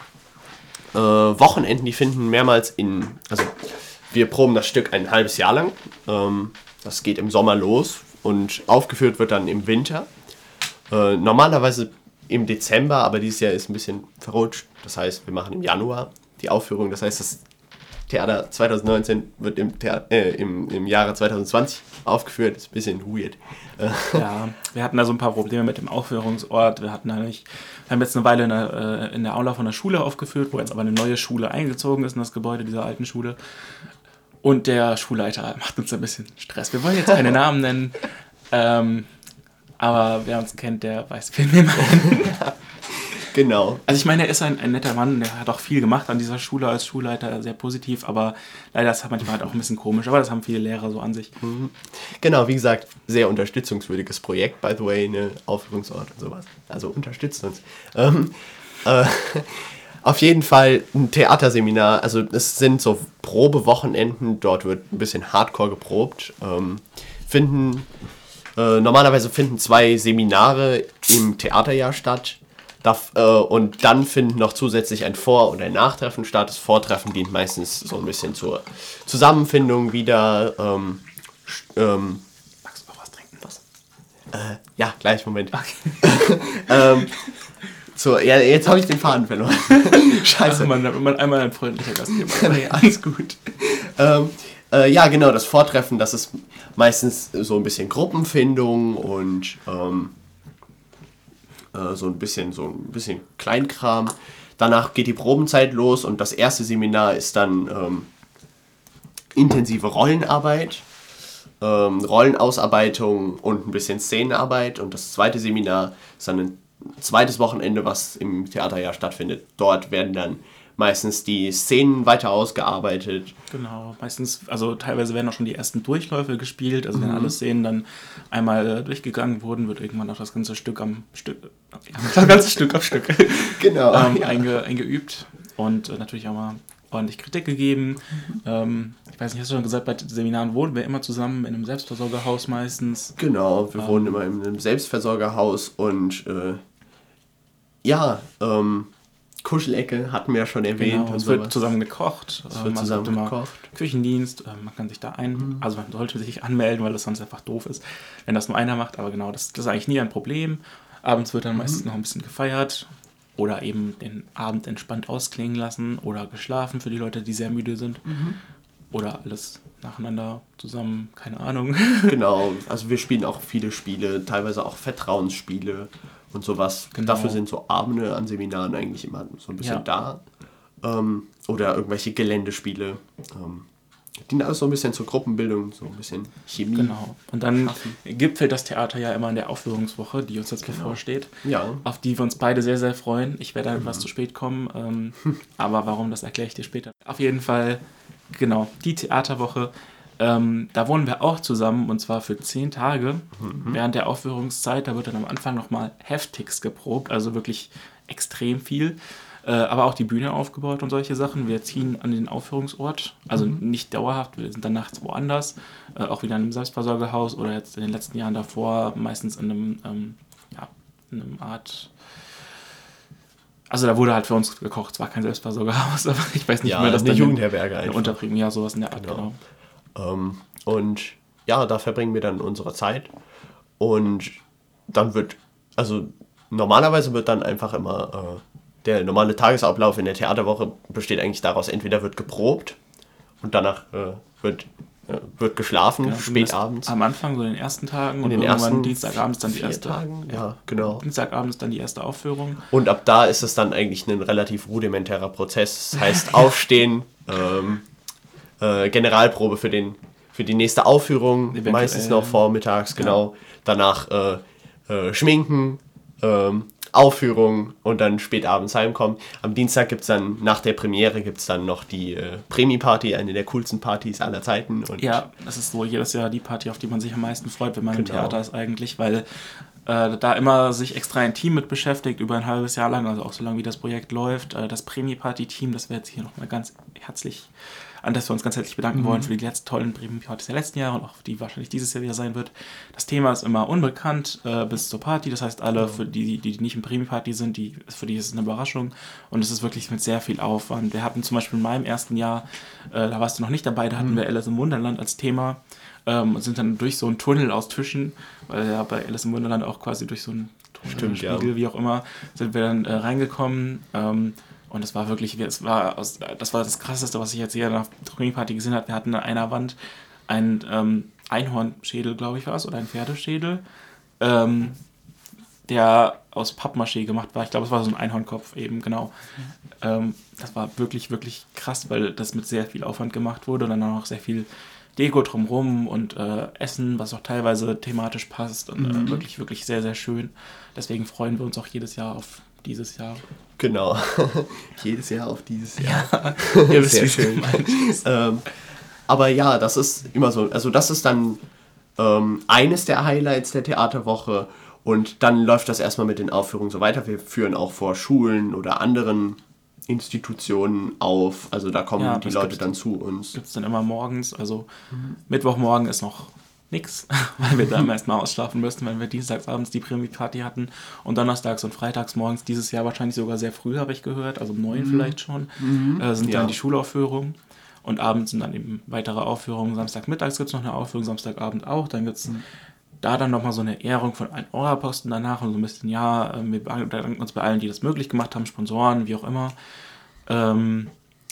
äh, Wochenenden, die finden mehrmals in... Also, wir proben das Stück ein halbes Jahr lang. Ähm, das geht im Sommer los und aufgeführt wird dann im Winter. Äh, normalerweise im Dezember, aber dieses Jahr ist ein bisschen verrutscht. Das heißt, wir machen im Januar die Aufführung. Das heißt, das Theater zwanzig neunzehn wird im, Theater, äh, im, im Jahre zwanzig zwanzig aufgeführt. Das ist ein bisschen weird. Ja, wir hatten da so ein paar Probleme mit dem Aufführungsort. Wir hatten eigentlich, wir haben jetzt eine Weile in der, in der Aula von der Schule aufgeführt, wo jetzt aber eine neue Schule eingezogen ist in das Gebäude dieser alten Schule. Und der Schulleiter macht uns ein bisschen Stress. Wir wollen jetzt keine Namen nennen, ähm, aber wer uns kennt, der weiß, wen wir meinen. Genau. Also ich meine, er ist ein, ein netter Mann, der hat auch viel gemacht an dieser Schule als Schulleiter, sehr positiv, aber leider ist es manchmal halt auch ein bisschen komisch, aber das haben viele Lehrer so an sich. Mhm. Genau, wie gesagt, sehr unterstützungswürdiges Projekt, by the way, ne, Aufführungsort und sowas. Also unterstützt uns. Ähm, äh, auf jeden Fall ein Theaterseminar, also es sind so Probewochenenden, dort wird ein bisschen Hardcore geprobt. Ähm, finden, äh, normalerweise finden zwei Seminare im Theaterjahr statt. Darf, äh, und dann finden noch zusätzlich ein Vor- und ein Nachtreffen statt. Das Vortreffen dient meistens so ein bisschen zur Zusammenfindung wieder. Ähm, ähm, Magst du noch was trinken? Was? Äh, ja, gleich, Moment. Okay. ähm, so, ja, jetzt habe ich den Faden verloren. Scheiße. Ach, man, man einmal ein freundlicher Gastgeber. Nee, alles gut. ähm, äh, ja, genau, das Vortreffen, das ist meistens so ein bisschen Gruppenfindung und ähm, so ein bisschen so ein bisschen Kleinkram. Danach geht die Probenzeit los und das erste Seminar ist dann ähm, intensive Rollenarbeit, ähm, Rollenausarbeitung und ein bisschen Szenenarbeit, und das zweite Seminar ist dann ein zweites Wochenende, was im Theaterjahr stattfindet. Dort werden dann meistens die Szenen weiter ausgearbeitet. Genau, meistens, also teilweise werden auch schon die ersten Durchläufe gespielt, also wenn Mhm. alle Szenen dann einmal äh, durchgegangen wurden, wird irgendwann auch das ganze Stück am Stück, ja, das ganze Stück auf Stück Genau, ähm, ja. einge, eingeübt und äh, natürlich auch mal ordentlich Kritik gegeben. Mhm. Ähm, ich weiß nicht, hast du schon gesagt, bei Seminaren wohnen wir immer zusammen in einem Selbstversorgerhaus meistens. Genau, wir ähm, wohnen immer in einem Selbstversorgerhaus und äh, ja, ähm, Kuschelecke hatten wir ja schon erwähnt. Genau, und es wird sowas. zusammen gekocht. Es wird ähm, zusammen also immer gekocht. Küchendienst, äh, man kann sich da ein... Mhm. Also man sollte sich anmelden, weil das sonst einfach doof ist, wenn das nur einer macht. Aber genau, das, das ist eigentlich nie ein Problem. Abends wird dann mhm. meistens noch ein bisschen gefeiert oder eben den Abend entspannt ausklingen lassen oder geschlafen für die Leute, die sehr müde sind. Mhm. Oder alles nacheinander zusammen, keine Ahnung. Genau, also wir spielen auch viele Spiele, teilweise auch Vertrauensspiele und sowas. Genau. Dafür sind so Abende an Seminaren eigentlich immer so ein bisschen ja. da. Ähm, oder irgendwelche Geländespiele. Ähm, dienen alles so ein bisschen zur Gruppenbildung, so ein bisschen Chemie. Genau. Und dann schaffen. Gipfelt das Theater ja immer in der Aufführungswoche, die uns jetzt genau. bevorsteht. Ja. Auf die wir uns beide sehr, sehr freuen. Ich werde etwas mhm. zu spät kommen, ähm, aber warum, das erkläre ich dir später. Auf jeden Fall, genau, die Theaterwoche. Ähm, da wohnen wir auch zusammen und zwar für zehn Tage. Mhm. Während der Aufführungszeit, da wird dann am Anfang nochmal heftigst geprobt, also wirklich extrem viel. Äh, aber auch die Bühne aufgebaut und solche Sachen. Wir ziehen an den Aufführungsort, also mhm. nicht dauerhaft, wir sind dann nachts woanders, äh, auch wieder in einem Selbstversorgerhaus oder jetzt in den letzten Jahren davor meistens in einem, ähm, ja, in einem Art... Also da wurde halt für uns gekocht, es war kein Selbstversorgerhaus, aber ich weiß nicht, ja, wie man das eine dann... Jugendherberge einfach. Unterbringen, ja, sowas in der Art, genau. genau. Ähm, und ja, da verbringen wir dann unsere Zeit und dann wird, also normalerweise wird dann einfach immer, äh, der normale Tagesablauf in der Theaterwoche besteht eigentlich daraus, entweder wird geprobt und danach äh, wird, äh, wird geschlafen, ja, spät abends. Am Anfang, so in den ersten Tagen in und den irgendwann ersten Dienstagabends dann die erste. Tagen, ja, genau. Dienstagabend ist dann die erste Aufführung. Und ab da ist es dann eigentlich ein relativ rudimentärer Prozess, das heißt aufstehen, ähm, Äh, Generalprobe für, den, für die nächste Aufführung, eventuell, meistens noch vormittags, genau. Ja. Danach äh, äh, schminken, ähm, Aufführung und dann spät abends heimkommen. Am Dienstag gibt es dann, nach der Premiere, gibt es dann noch die äh, Prämi-Party, eine der coolsten Partys aller Zeiten. Und ja, das ist so jedes Jahr die Party, auf die man sich am meisten freut, wenn man genau. im Theater ist eigentlich, weil äh, da immer sich extra ein Team mit beschäftigt, über ein halbes Jahr lang, also auch so lange wie das Projekt läuft. Äh, das Prämi-Party-Team, das wäre jetzt hier nochmal ganz herzlich... an das wir uns ganz herzlich bedanken mhm. wollen für die letzten tollen Prämien-Partys der letzten Jahre und auch die wahrscheinlich dieses Jahr wieder sein wird. Das Thema ist immer unbekannt äh, bis zur Party, das heißt alle, für die, die nicht im Prämie-Party sind, die, für die ist es eine Überraschung und es ist wirklich mit sehr viel Aufwand. Wir hatten zum Beispiel in meinem ersten Jahr, äh, da warst du noch nicht dabei, da hatten mhm. wir Alice im Wunderland als Thema ähm, und sind dann durch so einen Tunnel aus Tischen, weil ja bei Alice im Wunderland auch quasi durch so einen Tunnel, Stimmt, Spiegel, ja. wie auch immer, sind wir dann äh, reingekommen. Ähm, Und es war wirklich, es war aus, das war das Krasseste, was ich jetzt hier nach der Prämie-Party gesehen habe. Wir hatten an einer Wand einen ähm, Einhornschädel, glaube ich war es, oder ein Pferdeschädel, ähm, der aus Pappmaché gemacht war. Ich glaube, es war so ein Einhornkopf eben, genau. Mhm. Ähm, das war wirklich, wirklich krass, weil das mit sehr viel Aufwand gemacht wurde und dann auch noch sehr viel Deko drumherum und äh, Essen, was auch teilweise thematisch passt und mhm. äh, wirklich, wirklich sehr, sehr schön. Deswegen freuen wir uns auch jedes Jahr auf dieses Jahr. Genau. Jedes Jahr auf dieses Jahr. Ja, ihr wisst, wie schön. ähm, aber ja, das ist immer so, also das ist dann ähm, eines der Highlights der Theaterwoche und dann läuft das erstmal mit den Aufführungen so weiter. Wir führen auch vor Schulen oder anderen Institutionen auf, also da kommen ja, die Leute dann zu uns. Gibt es dann immer morgens, also mhm. Mittwochmorgen ist noch nix, weil wir dann erstmal ausschlafen müssten, wenn wir dienstagsabends die Prämie-Party hatten und donnerstags und freitags morgens, dieses Jahr wahrscheinlich sogar sehr früh, habe ich gehört, also um neun mhm. vielleicht schon, mhm. äh, sind ja. dann die Schulaufführungen und abends sind dann eben weitere Aufführungen. Samstagmittags gibt es noch eine Aufführung, Samstagabend auch, dann gibt es mhm. da dann nochmal so eine Ehrung von allen Orga-Posten danach und so ein bisschen, ja, wir bedanken uns bei allen, die das möglich gemacht haben, Sponsoren, wie auch immer. Ähm,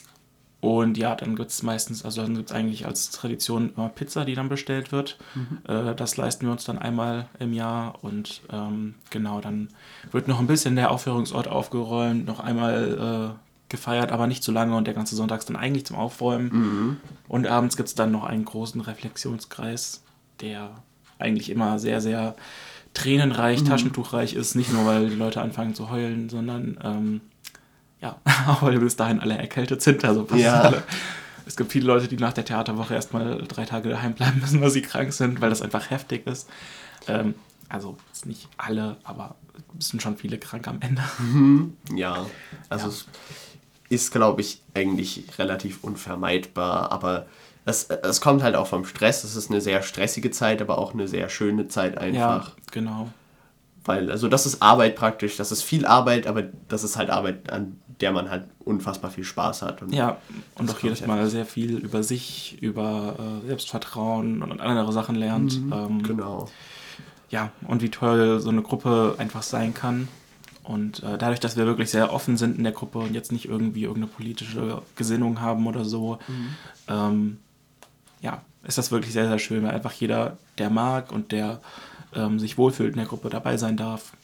Und ja, dann gibt es meistens, also dann gibt es eigentlich als Tradition immer Pizza, die dann bestellt wird. Mhm. Äh, das leisten wir uns dann einmal im Jahr und ähm, genau, dann wird noch ein bisschen der Aufführungsort aufgeräumt, noch einmal äh, gefeiert, aber nicht zu lange und der ganze Sonntag ist dann eigentlich zum Aufräumen. Mhm. Und abends gibt es dann noch einen großen Reflexionskreis, der eigentlich immer sehr, sehr tränenreich, mhm. taschentuchreich ist, nicht nur, weil die Leute anfangen zu heulen, sondern... Ähm, ja, auch weil wir bis dahin alle erkältet sind, also fast ja. alle. Es gibt viele Leute, die nach der Theaterwoche erstmal drei Tage daheim bleiben müssen, weil sie krank sind, weil das einfach heftig ist. Ähm, also nicht alle, aber es sind schon viele krank am Ende. Mhm. Ja, also ja. es ist, glaube ich, eigentlich relativ unvermeidbar, aber es, es kommt halt auch vom Stress. Es ist eine sehr stressige Zeit, aber auch eine sehr schöne Zeit einfach. Ja, genau. weil, also das ist Arbeit praktisch, das ist viel Arbeit, aber das ist halt Arbeit, an der man halt unfassbar viel Spaß hat. Und ja, und auch jedes Mal sehr viel über sich, über äh, Selbstvertrauen und andere Sachen lernt. Mhm, ähm, genau. Ja, und wie toll so eine Gruppe einfach sein kann. Und äh, dadurch, dass wir wirklich sehr offen sind in der Gruppe und jetzt nicht irgendwie irgendeine politische Gesinnung haben oder so, mhm. ähm, ja, ist das wirklich sehr, sehr schön, weil einfach jeder, der mag und der ähm, sich wohlfühlt in der Gruppe, dabei sein darf.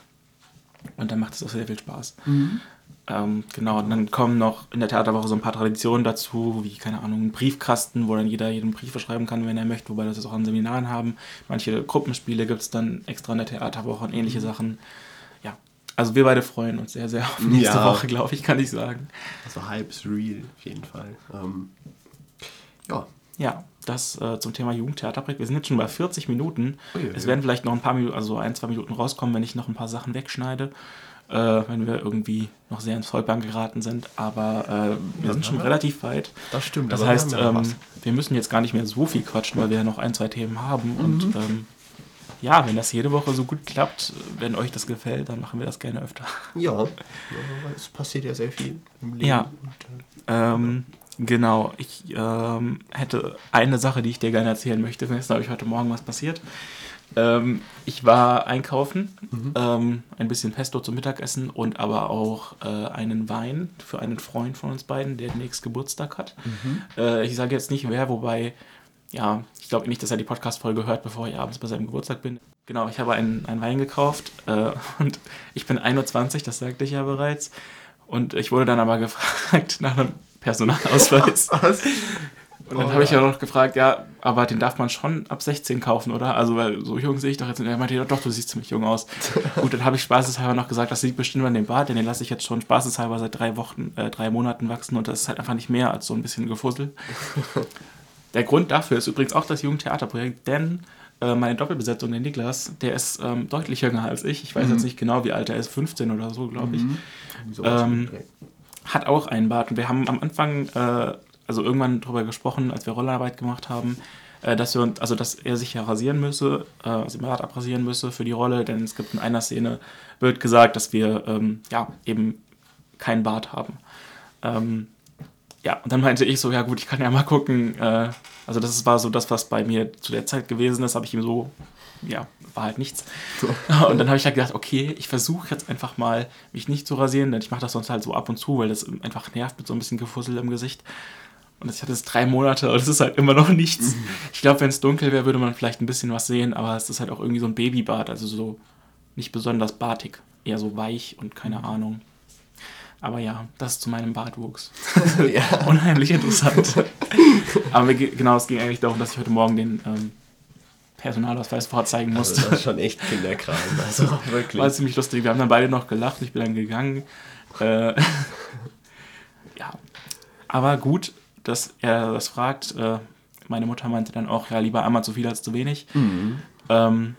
Und dann macht es auch sehr viel Spaß. Mhm. Ähm, genau, und dann kommen noch in der Theaterwoche so ein paar Traditionen dazu, wie, keine Ahnung, ein Briefkasten, wo dann jeder jeden Brief schreiben kann, wenn er möchte, wobei wir das auch an Seminaren haben. Manche Gruppenspiele gibt es dann extra in der Theaterwoche und ähnliche mhm. Sachen. Ja, also wir beide freuen uns sehr, sehr auf nächste ja. Woche, glaube ich, kann ich sagen. Also Hype is real, auf jeden Fall. Ähm, ja. Ja, das äh, zum Thema Jugendtheaterprojekt. Wir sind jetzt schon bei vierzig Minuten. Oh, ja, es werden vielleicht noch ein paar Minuten, also ein, zwei Minuten rauskommen, wenn ich noch ein paar Sachen wegschneide. Äh, wenn wir irgendwie noch sehr ins Vollbang geraten sind. Aber äh, wir ja, sind schon ja. relativ weit. Das stimmt. Das heißt, wir, ähm, wir müssen jetzt gar nicht mehr so viel quatschen, weil wir ja noch ein, zwei Themen haben. Mhm. Und ähm, ja, wenn das jede Woche so gut klappt, wenn euch das gefällt, dann machen wir das gerne öfter. Ja, es passiert ja sehr viel im Leben. Ja, und, äh, ähm, genau. Ich ähm, hätte eine Sache, die ich dir gerne erzählen möchte. Jetzt habe ich heute Morgen was passiert. Ähm, ich war einkaufen, mhm. ähm, ein bisschen Pesto zum Mittagessen und aber auch äh, einen Wein für einen Freund von uns beiden, der demnächst Geburtstag hat. Mhm. Äh, ich sage jetzt nicht wer, wobei, ja, ich glaube nicht, dass er die Podcast-Folge hört, bevor ich abends bei seinem Geburtstag bin. Genau, ich habe einen, einen Wein gekauft äh, und ich bin einundzwanzig, das sagte ich ja bereits. Und ich wurde dann aber gefragt nach einem Personalausweis. Was? Und dann oh, habe ich ja noch gefragt, ja, aber den darf man schon ab sechzehn kaufen, oder? Also, weil so jung sehe ich doch jetzt. Und er meinte, doch, du siehst ziemlich jung aus. Gut, dann habe ich spaßeshalber noch gesagt, das liegt bestimmt an dem Bart, denn den lasse ich jetzt schon spaßeshalber seit drei Wochen, äh, drei Monaten wachsen und das ist halt einfach nicht mehr als so ein bisschen Gefussel. Der Grund dafür ist übrigens auch das Jugendtheaterprojekt, denn äh, meine Doppelbesetzung, der Niklas, der ist ähm, deutlich jünger als ich. Ich weiß mhm. jetzt nicht genau, wie alt er ist, fünfzehn oder so, glaube ich. Mhm. Ähm, hat auch einen Bart und wir haben am Anfang... Äh, also irgendwann darüber gesprochen, als wir Rollenarbeit gemacht haben, äh, dass wir also dass er sich ja rasieren müsse, äh, also im Bart abrasieren müsse für die Rolle, denn es gibt in einer Szene, wird gesagt, dass wir ähm, ja eben keinen Bart haben. Ähm, ja, und dann meinte ich so, ja gut, ich kann ja mal gucken, äh, also das war so das, was bei mir zu der Zeit gewesen ist, habe ich ihm so, ja, war halt nichts. Und dann habe ich halt gedacht, okay, ich versuche jetzt einfach mal, mich nicht zu rasieren, denn ich mache das sonst halt so ab und zu, weil das einfach nervt mit so ein bisschen Gefussel im Gesicht. Und ich hatte es drei Monate und es ist halt immer noch nichts. Mhm. Ich glaube, wenn es dunkel wäre, würde man vielleicht ein bisschen was sehen, aber es ist halt auch irgendwie so ein Babybart, also so nicht besonders bartig, eher so weich und keine Ahnung. Aber ja, das ist zu meinem Bartwuchs. Ja. Unheimlich interessant. Aber wir, genau, es ging eigentlich darum, dass ich heute Morgen den ähm, Personalausweis vorzeigen musste. Also das ist schon echt Kinderkram, also wirklich. War ziemlich lustig. Wir haben dann beide noch gelacht, ich bin dann gegangen. Äh, ja, aber gut, dass er das fragt. Äh, meine Mutter meinte dann auch, ja, lieber einmal zu viel als zu wenig. Mhm. Ähm,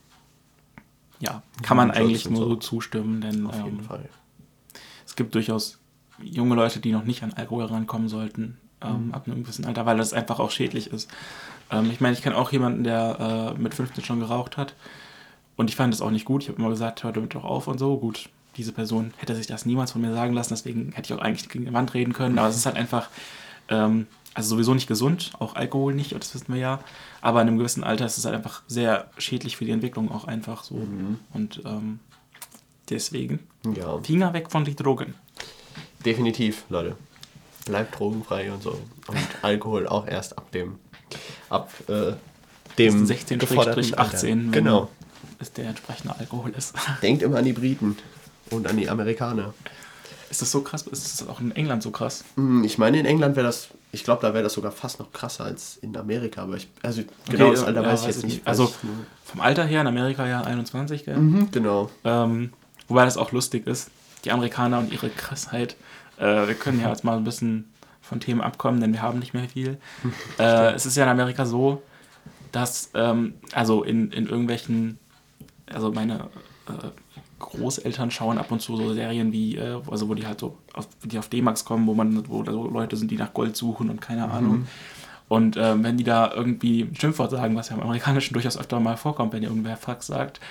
ja, kann man eigentlich nur so zustimmen, denn auf jeden ähm, Fall. Es gibt durchaus junge Leute, die noch nicht an Alkohol rankommen sollten, ähm, mhm. ab einem gewissen Alter, weil das einfach auch schädlich ist. Ähm, ich meine, ich kenne auch jemanden, der äh, mit fünfzehn schon geraucht hat und ich fand das auch nicht gut. Ich habe immer gesagt, hör damit doch auf und so. Gut, diese Person hätte sich das niemals von mir sagen lassen, deswegen hätte ich auch eigentlich gegen die Wand reden können, aber es ist halt einfach... Ähm, also sowieso nicht gesund, auch Alkohol nicht, das wissen wir ja. Aber in einem gewissen Alter ist es halt einfach sehr schädlich für die Entwicklung auch einfach so. Mhm. Und ähm, deswegen ja. Finger weg von den Drogen. Definitiv, Leute. Bleibt drogenfrei und so. Und Alkohol auch erst ab dem ab äh, dem sechzehn achtzehn, genau. Ist der entsprechende Alkohol ist. Denkt immer an die Briten und an die Amerikaner. Ist das so krass? Ist das auch in England so krass? Ich meine, in England wäre das, ich glaube, da wäre das sogar fast noch krasser als in Amerika. Aber ich, also genau okay, das Alter ja, weiß ich jetzt nicht. nicht. Also vom Alter her in Amerika ja einundzwanzig, gell? Mhm, genau. Ähm, wobei das auch lustig ist, die Amerikaner und ihre Krassheit. Äh, wir können ja jetzt mal ein bisschen von Themen abkommen, denn wir haben nicht mehr viel. äh, es ist ja in Amerika so, dass, ähm, also in, in irgendwelchen, also meine... Äh, Großeltern schauen ab und zu so Serien wie, äh, also wo die halt so auf, die auf D-Max kommen, wo man, wo da so Leute sind, die nach Gold suchen und keine mhm. Ahnung. Und ähm, wenn die da irgendwie ein Schimpfwort sagen, was ja im Amerikanischen durchaus öfter mal vorkommt, wenn ihr irgendwer Fuck sagt,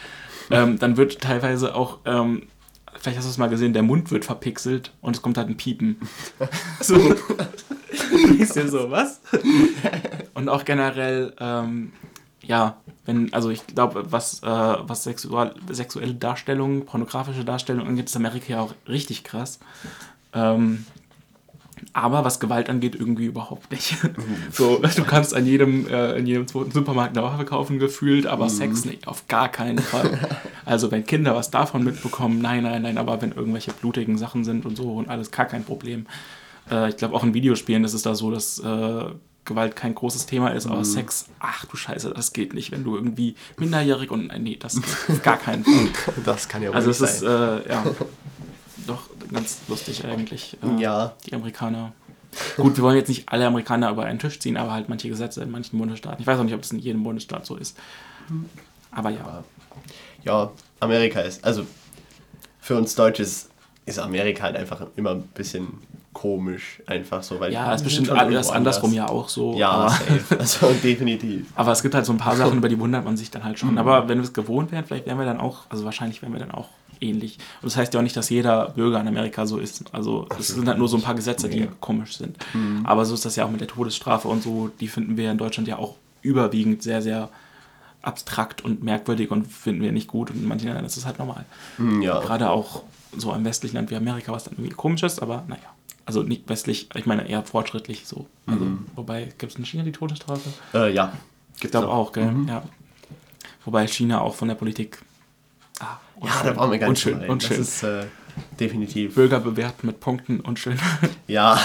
ähm, dann wird teilweise auch, ähm, vielleicht hast du es mal gesehen, der Mund wird verpixelt und es kommt halt ein Piepen. So. Ist ja so, was? Und auch generell, ähm, ja, wenn, also ich glaube, was, äh, was sexual, sexuelle Darstellungen, pornografische Darstellungen angeht, ist Amerika ja auch richtig krass. Ähm, aber was Gewalt angeht, irgendwie überhaupt nicht. So, du kannst an jedem, äh, in jedem zweiten Supermarkt eine Waffe kaufen, gefühlt, aber mhm. Sex nicht, auf gar keinen Fall. Also wenn Kinder was davon mitbekommen, nein, nein, nein, aber wenn irgendwelche blutigen Sachen sind und so und alles, gar kein Problem. Äh, ich glaube auch in Videospielen ist es da so, dass äh, Gewalt kein großes Thema ist, aber mhm. Sex, ach du Scheiße, das geht nicht, wenn du irgendwie minderjährig und, nee, das geht auf gar keinen Fall. Das kann ja wohl also nicht es sein. Also es ist, äh, ja... Doch, ganz lustig eigentlich. Äh, ja. Die Amerikaner. Gut, wir wollen jetzt nicht alle Amerikaner über einen Tisch ziehen, aber halt manche Gesetze in manchen Bundesstaaten. Ich weiß auch nicht, ob es in jedem Bundesstaat so ist. Aber ja. Ja, Amerika ist, also für uns Deutsche ist, ist Amerika halt einfach immer ein bisschen komisch, einfach so. Weil ja, es ist bestimmt alles andersrum ja auch so. Ja, aber, safe. Also definitiv. Aber es gibt halt so ein paar Sachen, über die wundert man sich dann halt schon. Mhm. Aber wenn wir es gewohnt wären, vielleicht wären wir dann auch, also wahrscheinlich wären wir dann auch ähnlich. Und das heißt ja auch nicht, dass jeder Bürger in Amerika so ist. Also es sind halt nur so ein paar Gesetze, die nee. komisch sind. Mhm. Aber so ist das ja auch mit der Todesstrafe und so. Die finden wir in Deutschland ja auch überwiegend sehr, sehr abstrakt und merkwürdig und finden wir nicht gut. Und in manchen Ländern ist das halt normal. Ja. Gerade auch so einem westlichen Land wie Amerika, was dann irgendwie komisch ist, aber naja. Also nicht westlich, ich meine eher fortschrittlich so. Also, mhm. Wobei, gibt es in China die Todesstrafe? Äh, ja. Gibt es auch, gell? Mhm. Ja. Wobei China auch von der Politik... Ah, ja, da brauchen wir gar nicht unschön, rein. Unschön. Das ist äh, definitiv... Bürger bewerten mit Punkten, unschön. Ja.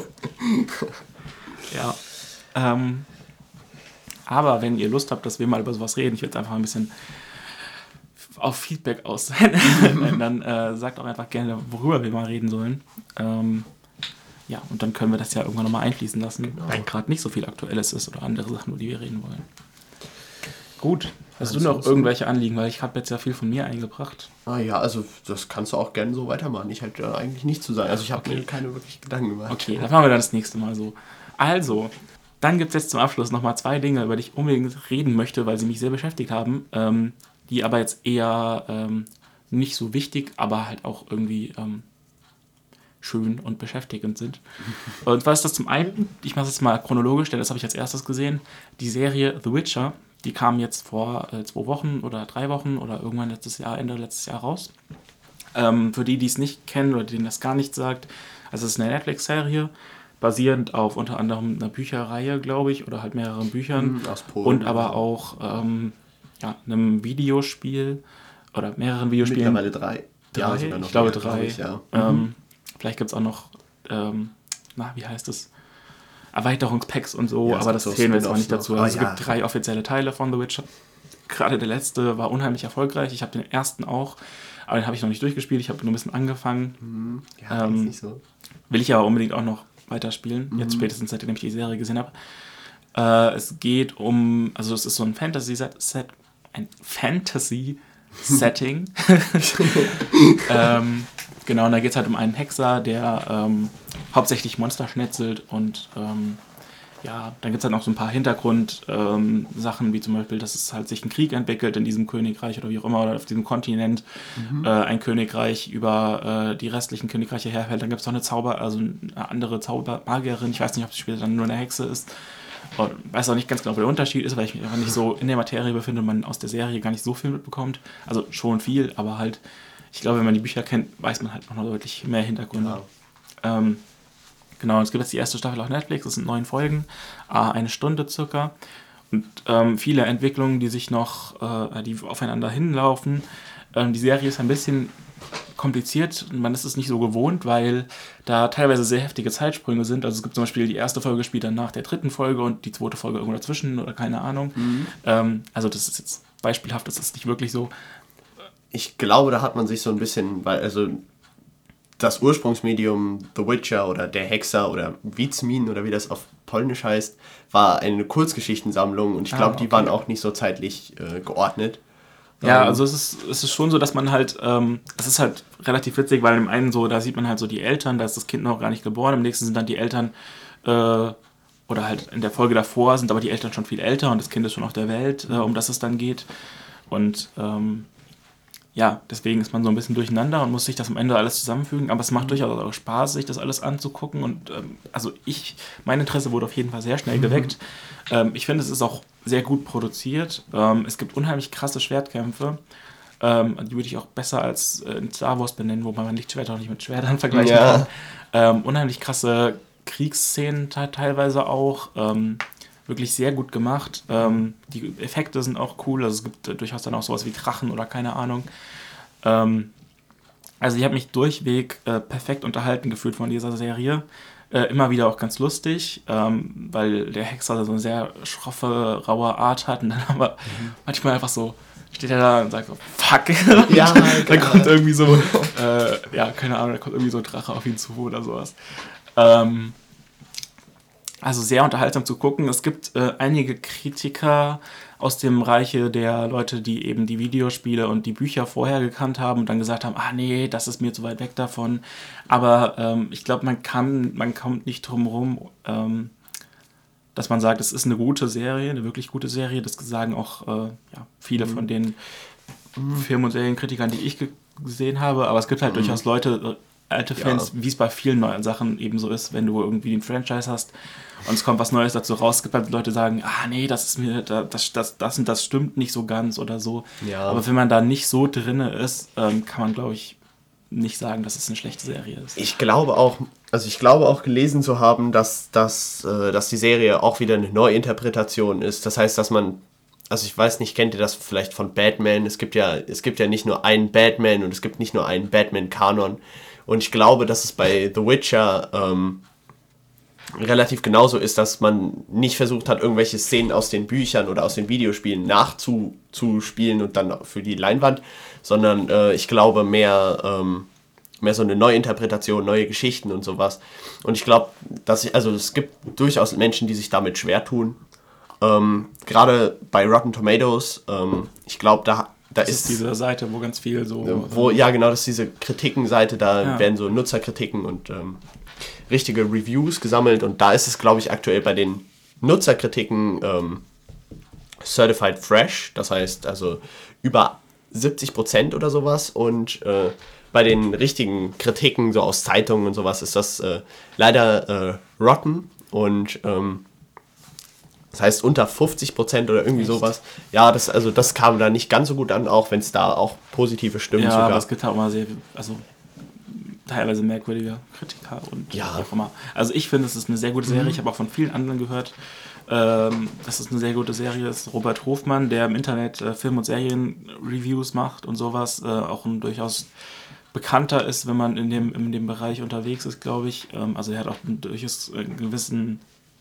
ja. Ähm, aber wenn ihr Lust habt, dass wir mal über sowas reden, ich will jetzt einfach ein bisschen auf Feedback aus sein, dann äh, sagt auch einfach gerne, worüber wir mal reden sollen. Ähm, ja, und dann können wir das ja irgendwann nochmal einfließen lassen, genau. Wenn gerade nicht so viel Aktuelles ist oder andere Sachen, über die wir reden wollen. Gut, hast also du noch irgendwelche Anliegen? Weil ich habe jetzt ja viel von mir eingebracht. Ah ja, also das kannst du auch gerne so weitermachen. Ich hätte ja eigentlich nichts zu sagen. Also ich habe okay. mir keine wirklich Gedanken gemacht. Okay, dann machen wir dann das nächste Mal so. Also, dann gibt es jetzt zum Abschluss nochmal zwei Dinge, über die ich unbedingt reden möchte, weil sie mich sehr beschäftigt haben, ähm, die aber jetzt eher ähm, nicht so wichtig, aber halt auch irgendwie ähm, schön und beschäftigend sind. Und was ist das zum einen? Ich mache es jetzt mal chronologisch, denn das habe ich als erstes gesehen. Die Serie The Witcher, die kam jetzt vor äh, zwei Wochen oder drei Wochen oder irgendwann letztes Jahr, Ende letztes Jahr raus. Ähm, für die, die es nicht kennen oder denen das gar nicht sagt, also es ist eine Netflix-Serie, basierend auf unter anderem einer Bücherreihe, glaube ich, oder halt mehreren Büchern. Mhm, aus Polen, und aber auch ähm, ja, einem Videospiel oder mehreren Videospielen. Mittlerweile drei. drei Ja, sogar noch ich glaube mehr, drei. Glaube ich, ja. ähm, mhm. Vielleicht gibt es auch noch, ähm, na, wie heißt es? Erweiterungspacks und so, ja, aber das zählen wir jetzt mal nicht dazu. Also oh, es ja. gibt drei offizielle Teile von The Witcher. Gerade der letzte war unheimlich erfolgreich. Ich habe den ersten auch, aber den habe ich noch nicht durchgespielt. Ich habe nur ein bisschen angefangen. Mhm. Ja, ähm, ist nicht so. Will ich aber unbedingt auch noch weiterspielen. Mhm. Jetzt spätestens, seitdem ich die Serie gesehen habe. Äh, es geht um, also es ist so ein Fantasy-Set, ein Fantasy-Setting. ähm, genau, und da geht es halt um einen Hexer, der ähm, hauptsächlich Monster schnetzelt und ähm, ja, dann gibt es halt noch so ein paar Hintergrundsachen, ähm, wie zum Beispiel, dass es halt sich ein Krieg entwickelt in diesem Königreich oder wie auch immer, oder auf diesem Kontinent, mhm. äh, ein Königreich über äh, die restlichen Königreiche herfällt. Dann gibt es noch eine Zauber, also eine andere Zaubermagierin, ich weiß nicht, ob sie später dann nur eine Hexe ist. Ich weiß auch nicht ganz genau, wo der Unterschied ist, weil ich mich einfach nicht so in der Materie befinde und man aus der Serie gar nicht so viel mitbekommt. Also schon viel, aber halt, ich glaube, wenn man die Bücher kennt, weiß man halt noch deutlich mehr Hintergründe. Ja. Ähm, genau, es gibt jetzt die erste Staffel auf Netflix, das sind neun Folgen, äh, eine Stunde circa. Und ähm, viele Entwicklungen, die sich noch, äh, die aufeinander hinlaufen. Ähm, die Serie ist ein bisschen kompliziert und man ist es nicht so gewohnt, weil da teilweise sehr heftige Zeitsprünge sind. Also es gibt zum Beispiel die erste Folge spielt dann nach der dritten Folge und die zweite Folge irgendwo dazwischen oder keine Ahnung. Mhm. Ähm, also das ist jetzt beispielhaft, das ist nicht wirklich so. Ich glaube, da hat man sich so ein bisschen, weil also das Ursprungsmedium The Witcher oder Der Hexer oder Wiedźmin oder wie das auf Polnisch heißt, war eine Kurzgeschichtensammlung und ich glaube, ah, okay. die waren auch nicht so zeitlich äh, geordnet. Ja, also es ist, es ist schon so, dass man halt, ähm, es ist halt relativ witzig, weil im einen so, da sieht man halt so die Eltern, da ist das Kind noch gar nicht geboren, im nächsten sind dann die Eltern, äh, oder halt in der Folge davor sind aber die Eltern schon viel älter und das Kind ist schon auf der Welt, äh, um das es dann geht. Und ähm, ja, deswegen ist man so ein bisschen durcheinander und muss sich das am Ende alles zusammenfügen, aber es macht mhm. durchaus auch Spaß, sich das alles anzugucken und ähm, also ich, mein Interesse wurde auf jeden Fall sehr schnell mhm. geweckt. Ähm, ich finde, es ist auch sehr gut produziert. Ähm, es gibt unheimlich krasse Schwertkämpfe, ähm, die würde ich auch besser als äh, in Star Wars benennen, wobei man Lichtschwerter auch nicht mit Schwertern vergleichen ja. kann. Ähm, unheimlich krasse Kriegsszenen teilweise auch, ähm, wirklich sehr gut gemacht. Ähm, die Effekte sind auch cool, also es gibt äh, durchaus dann auch sowas wie Drachen oder keine Ahnung. Ähm, also ich habe mich durchweg äh, perfekt unterhalten gefühlt von dieser Serie. Äh, immer wieder auch ganz lustig, ähm, weil der Hexer so eine sehr schroffe, raue Art hat und dann aber mhm. manchmal einfach so steht er da und sagt so, fuck. Ja, da kommt irgendwie so, äh, ja, keine Ahnung, da kommt irgendwie so ein Drache auf ihn zu oder sowas. Ähm, Also sehr unterhaltsam zu gucken. Es gibt äh, einige Kritiker aus dem Reiche der Leute, die eben die Videospiele und die Bücher vorher gekannt haben und dann gesagt haben, ah nee, das ist mir zu weit weg davon. Aber ähm, ich glaube, man kann, man kommt nicht drum rum, ähm, dass man sagt, es ist eine gute Serie, eine wirklich gute Serie. Das sagen auch äh, ja, viele mhm. von den mhm. Film- und Serienkritikern, die ich ge- gesehen habe. Aber es gibt halt mhm. durchaus Leute, äh, alte Fans, ja. wie es bei vielen neuen Sachen eben so ist, wenn du irgendwie ein Franchise hast und es kommt was Neues dazu raus. Es gibt halt Leute, die sagen, ah nee, das ist mir, das, das, das und das stimmt nicht so ganz oder so. Ja. Aber wenn man da nicht so drinne ist, ähm, kann man, glaube ich, nicht sagen, dass es eine schlechte Serie ist. Ich glaube auch, also ich glaube auch gelesen zu haben, dass, dass, äh, dass die Serie auch wieder eine Neuinterpretation ist. Das heißt, dass man, also ich weiß nicht, kennt ihr das vielleicht von Batman? Es gibt ja, es gibt ja nicht nur einen Batman und es gibt nicht nur einen Batman-Kanon. Und ich glaube, dass es bei The Witcher ähm, relativ genauso ist, dass man nicht versucht hat, irgendwelche Szenen aus den Büchern oder aus den Videospielen nachzuspielen und dann für die Leinwand, sondern äh, ich glaube mehr, ähm, mehr so eine Neuinterpretation, neue Geschichten und sowas. Und ich glaube, dass ich, also es gibt durchaus Menschen, die sich damit schwer tun. Ähm, gerade bei Rotten Tomatoes, ähm, ich glaube, da Da das ist, ist diese Seite, wo ganz viel so... Wo, ja, genau, das ist diese Kritikenseite, da ja. werden so Nutzerkritiken und ähm, richtige Reviews gesammelt und da ist es, glaube ich, aktuell bei den Nutzerkritiken ähm, Certified Fresh, das heißt also über siebzig Prozent oder sowas und äh, bei den richtigen Kritiken, so aus Zeitungen und sowas, ist das äh, leider äh, rotten und ähm, das heißt unter fünfzig Prozent oder irgendwie Echt? sowas. Ja, das, also das kam da nicht ganz so gut an, auch wenn es da auch positive Stimmen ja, zu gab. Ja, aber es gibt auch mal sehr, also teilweise merkwürdige Kritiker und ja. wie auch immer. Also ich finde, es ist eine sehr gute Serie. Mhm. Ich habe auch von vielen anderen gehört, ähm, dass es eine sehr gute Serie ist. Robert Hofmann, der im Internet äh, Film- und Serien-Reviews macht und sowas, äh, auch ein durchaus bekannter ist, wenn man in dem, in dem Bereich unterwegs ist, glaube ich. Ähm, also er hat auch einen durchaus einen gewissen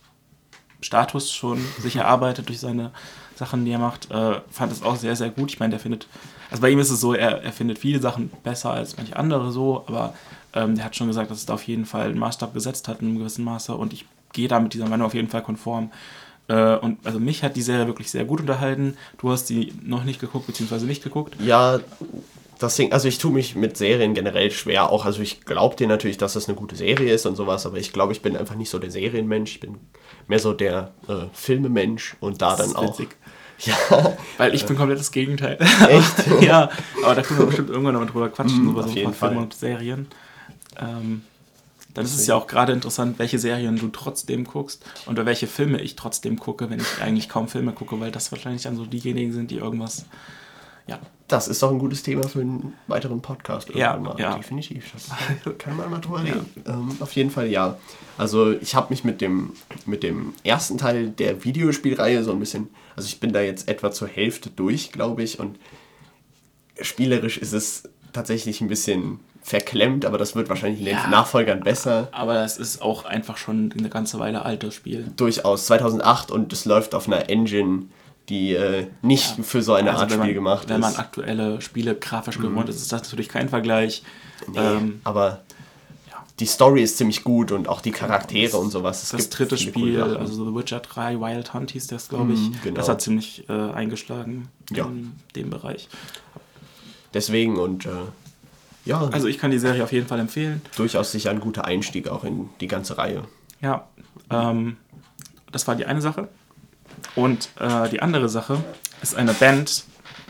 Status schon sich erarbeitet durch seine Sachen, die er macht. Äh, fand es auch sehr, sehr gut. Ich meine, der findet, also bei ihm ist es so, er, er findet viele Sachen besser als manche andere so, aber ähm, der hat schon gesagt, dass es da auf jeden Fall einen Maßstab gesetzt hat in einem gewissen Maße und ich gehe da mit dieser Meinung auf jeden Fall konform. Äh, und also mich hat die Serie wirklich sehr gut unterhalten. Du hast die noch nicht geguckt, beziehungsweise nicht geguckt. Ja, deswegen, also ich tue mich mit Serien generell schwer auch. Also ich glaube dir natürlich, dass das eine gute Serie ist und sowas, aber ich glaube, ich bin einfach nicht so der Serienmensch. Ich bin mehr so der äh, Filmemensch und da das dann auch. Witzig. Ja. Weil ich bin komplett das Gegenteil. Echt? Ja, aber da können wir bestimmt irgendwann noch mal drüber quatschen, mm, über so ein paar Filme und Serien. Ähm, dann ist es ja auch gerade interessant, welche Serien du trotzdem guckst und welche Filme ich trotzdem gucke, wenn ich eigentlich kaum Filme gucke, weil das wahrscheinlich dann so diejenigen sind, die irgendwas, ja. Das ist doch ein gutes Thema für einen weiteren Podcast. Ja, mal. ja. Definitiv. Das kann man mal drüber reden. Ja. Ähm, auf jeden Fall ja. Also ich habe mich mit dem, mit dem ersten Teil der Videospielreihe so ein bisschen, also ich bin da jetzt etwa zur Hälfte durch, glaube ich, und spielerisch ist es tatsächlich ein bisschen verklemmt, aber das wird wahrscheinlich in den ja, Nachfolgern besser. Aber das ist auch einfach schon eine ganze Weile altes Spiel. Durchaus, zweitausendacht und es läuft auf einer Engine, die äh, nicht ja. für so eine also Art Spiel man, gemacht wenn ist. Wenn man aktuelle Spiele grafisch mhm. gewohnt ist, ist das natürlich kein Vergleich. Nee, ähm, aber ja. die Story ist ziemlich gut und auch die Charaktere das, und sowas. Es das gibt dritte Spiel, also The Witcher drei, Wild Hunt hieß das, glaube ich. Mhm, genau. Das hat ziemlich äh, eingeschlagen ja. in dem Bereich. Deswegen und äh, ja. Also ich kann die Serie auf jeden Fall empfehlen. Durchaus sicher ein guter Einstieg auch in die ganze Reihe. Ja, ähm, das war die eine Sache. Und äh, die andere Sache ist eine Band,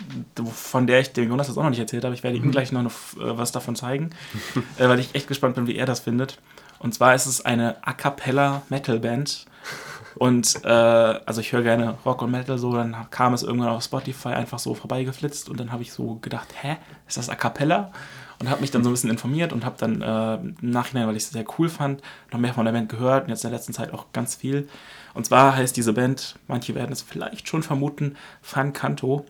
von der ich dem Jonas das auch noch nicht erzählt habe. Ich werde ihm gleich noch, noch äh, was davon zeigen, äh, weil ich echt gespannt bin, wie er das findet. Und zwar ist es eine A Cappella Metal Band. Und äh, also ich höre gerne Rock und Metal so, dann kam es irgendwann auf Spotify einfach so vorbeigeflitzt und dann habe ich so gedacht, hä, ist das A Cappella? Und habe mich dann so ein bisschen informiert und habe dann äh, im Nachhinein, weil ich es sehr cool fand, noch mehr von der Band gehört und jetzt in der letzten Zeit auch ganz viel. Und zwar heißt diese Band, manche werden es vielleicht schon vermuten, Fan Canto.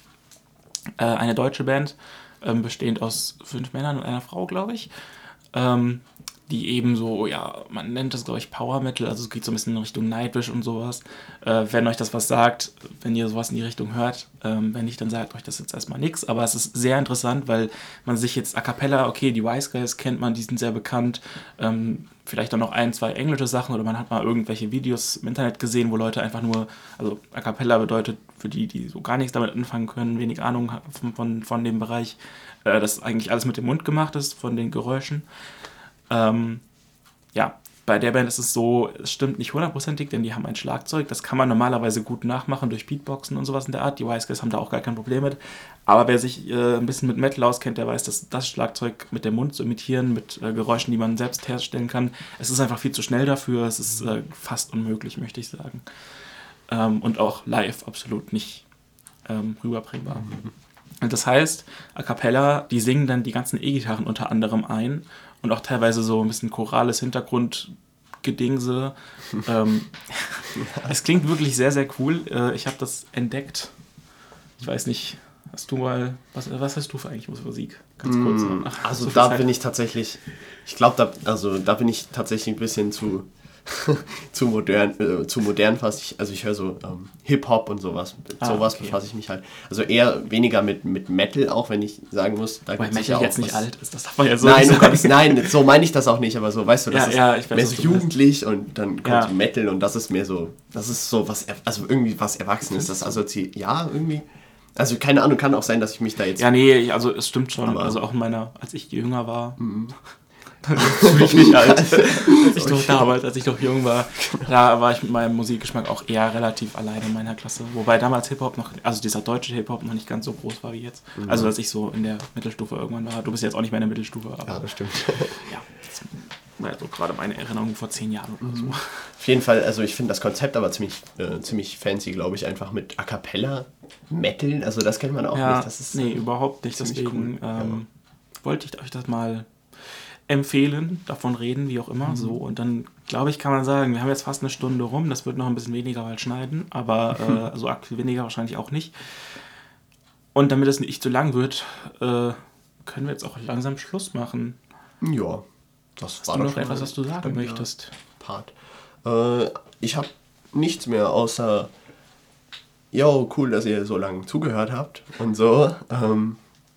Äh, eine deutsche Band, ähm, bestehend aus fünf Männern und einer Frau, glaube ich. Ähm, die eben so, ja, man nennt das, glaube ich, Power Metal, also es geht so ein bisschen in Richtung Nightwish und sowas. Äh, wenn euch das was sagt, wenn ihr sowas in die Richtung hört, ähm, wenn nicht, dann sagt euch das jetzt erstmal nichts, aber es ist sehr interessant, weil man sich jetzt A Cappella, okay, die Wise Guys kennt man, die sind sehr bekannt, ähm, vielleicht dann noch ein, zwei englische Sachen oder man hat mal irgendwelche Videos im Internet gesehen, wo Leute einfach nur, also A Cappella bedeutet für die, die so gar nichts damit anfangen können, wenig Ahnung von, von, von dem Bereich, äh, dass eigentlich alles mit dem Mund gemacht ist, von den Geräuschen. Ähm, ja, bei der Band ist es so, es stimmt nicht hundertprozentig, denn die haben ein Schlagzeug, das kann man normalerweise gut nachmachen durch Beatboxen und sowas in der Art. Die Wise Guys haben da auch gar kein Problem mit. Aber wer sich äh, ein bisschen mit Metal auskennt, der weiß, dass das Schlagzeug mit dem Mund zu imitieren, mit äh, Geräuschen, die man selbst herstellen kann, es ist einfach viel zu schnell dafür, es ist äh, fast unmöglich, möchte ich sagen. Ähm, und auch live absolut nicht ähm, rüberbringbar. Und das heißt, A Cappella, die singen dann die ganzen E-Gitarren unter anderem ein und auch teilweise so ein bisschen chorales Hintergrundgedingse. ähm, es klingt wirklich sehr, sehr cool. Äh, ich habe das entdeckt. Ich weiß nicht, hast du mal, was, was hast du für eigentlich Musik? Ganz kurz. Mm, Ach, also so da Zeit. bin ich tatsächlich, ich glaube, da, also da bin ich tatsächlich ein bisschen zu... zu modern, äh, zu modern fast. Ich, also ich höre so ähm, Hip-Hop und sowas. Mit Ah, sowas okay. befasse ich mich halt. Also eher weniger mit, mit Metal, auch wenn ich sagen muss, da Weil gibt's Metal sicher jetzt auch nicht was. alt ist, das darf man ja so Nein, nicht um Gottes, sagen. nein, so meine ich das auch nicht, aber so, weißt du, das Ja, ist ja, ich weiß, mehr was so du meinst. jugendlich und dann kommt Ja. so Metal und das ist mehr so, das ist so was, er- also irgendwie was Erwachsenes, das assoziiert, ja, irgendwie, also keine Ahnung, kann auch sein, dass ich mich da jetzt... Ja, nee, also es stimmt schon. Aber- Also auch in meiner, als ich jünger war, fühle ich mich alt. Als ich doch damals, als ich noch jung war, da war ich mit meinem Musikgeschmack auch eher relativ alleine in meiner Klasse. Wobei damals Hip-Hop noch, also dieser deutsche Hip-Hop noch nicht ganz so groß war wie jetzt. Mhm. Also als ich so in der Mittelstufe irgendwann war. Du bist jetzt auch nicht mehr in der Mittelstufe, aber Ja, das stimmt. ja, das war ja so gerade meine Erinnerung vor zehn Jahren oder so. Auf jeden Fall, also ich finde das Konzept aber ziemlich, äh, ziemlich fancy, glaube ich, einfach mit A Cappella Metal, also das kennt man auch Ja, nicht. Das ist, nee, überhaupt nicht. ziemlich Deswegen cool, ähm, wollte ich euch das mal empfehlen, davon reden, wie auch immer. Mhm. So, und dann, glaube ich, kann man sagen, wir haben jetzt fast eine Stunde rum, das wird noch ein bisschen weniger mal schneiden, aber äh, also aktuell weniger wahrscheinlich auch nicht. Und damit es nicht zu lang wird, äh, können wir jetzt auch langsam Schluss machen. Ja, das Hast war du doch noch schon etwas, mal was du sagen ein möchtest? Part. Äh, ich habe nichts mehr außer, yo, cool, dass ihr so lange zugehört habt und so. Ähm,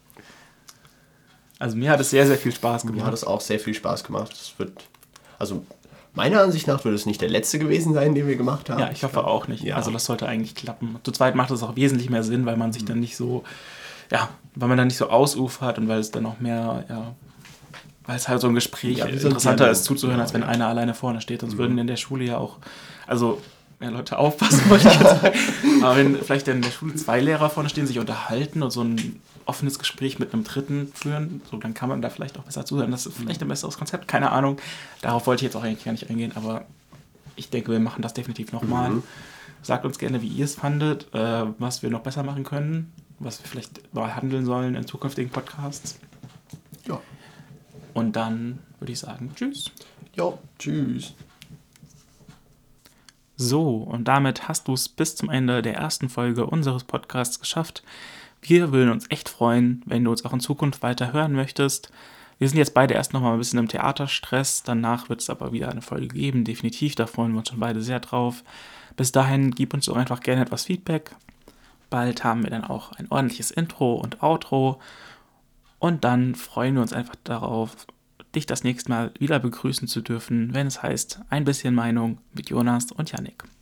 Also mir hat es sehr, sehr viel Spaß mir gemacht. hat es auch sehr viel Spaß gemacht. Es wird, also meiner Ansicht nach wird es nicht der letzte gewesen sein, den wir gemacht haben. Ja, ich hoffe auch nicht. Ja. Also das sollte eigentlich klappen. Zu zweit macht es auch wesentlich mehr Sinn, weil man sich dann nicht so, ja, weil man dann nicht so ausufert und weil es dann noch mehr, ja, weil es halt so ein Gespräch Ja, wie so ein interessanter Dialog. ist zuzuhören, Genau, als wenn ja. einer alleine vorne steht. Sonst würden in der Schule ja auch, also mehr Leute aufpassen, wollte ich jetzt sagen. Aber wenn vielleicht in der Schule zwei Lehrer vorne stehen, sich unterhalten und so ein offenes Gespräch mit einem Dritten führen, so dann kann man da vielleicht auch besser zuhören. Das ist vielleicht ein besseres Konzept, keine Ahnung. Darauf wollte ich jetzt auch eigentlich gar nicht eingehen, aber ich denke, wir machen das definitiv nochmal. Mhm. Sagt uns gerne, wie ihr es fandet, äh, was wir noch besser machen können, was wir vielleicht behandeln sollen in zukünftigen Podcasts. Ja. Und dann würde ich sagen, tschüss. Jo, tschüss. So, und damit hast du es bis zum Ende der ersten Folge unseres Podcasts geschafft. Wir würden uns echt freuen, wenn du uns auch in Zukunft weiter hören möchtest. Wir sind jetzt beide erst noch mal ein bisschen im Theaterstress, danach wird es aber wieder eine Folge geben, definitiv, da freuen wir uns schon beide sehr drauf. Bis dahin, gib uns doch einfach gerne etwas Feedback. Bald haben wir dann auch ein ordentliches Intro und Outro und dann freuen wir uns einfach darauf, dich das nächste Mal wieder begrüßen zu dürfen, wenn es heißt, ein bisschen Meinung mit Jonas und Yannick.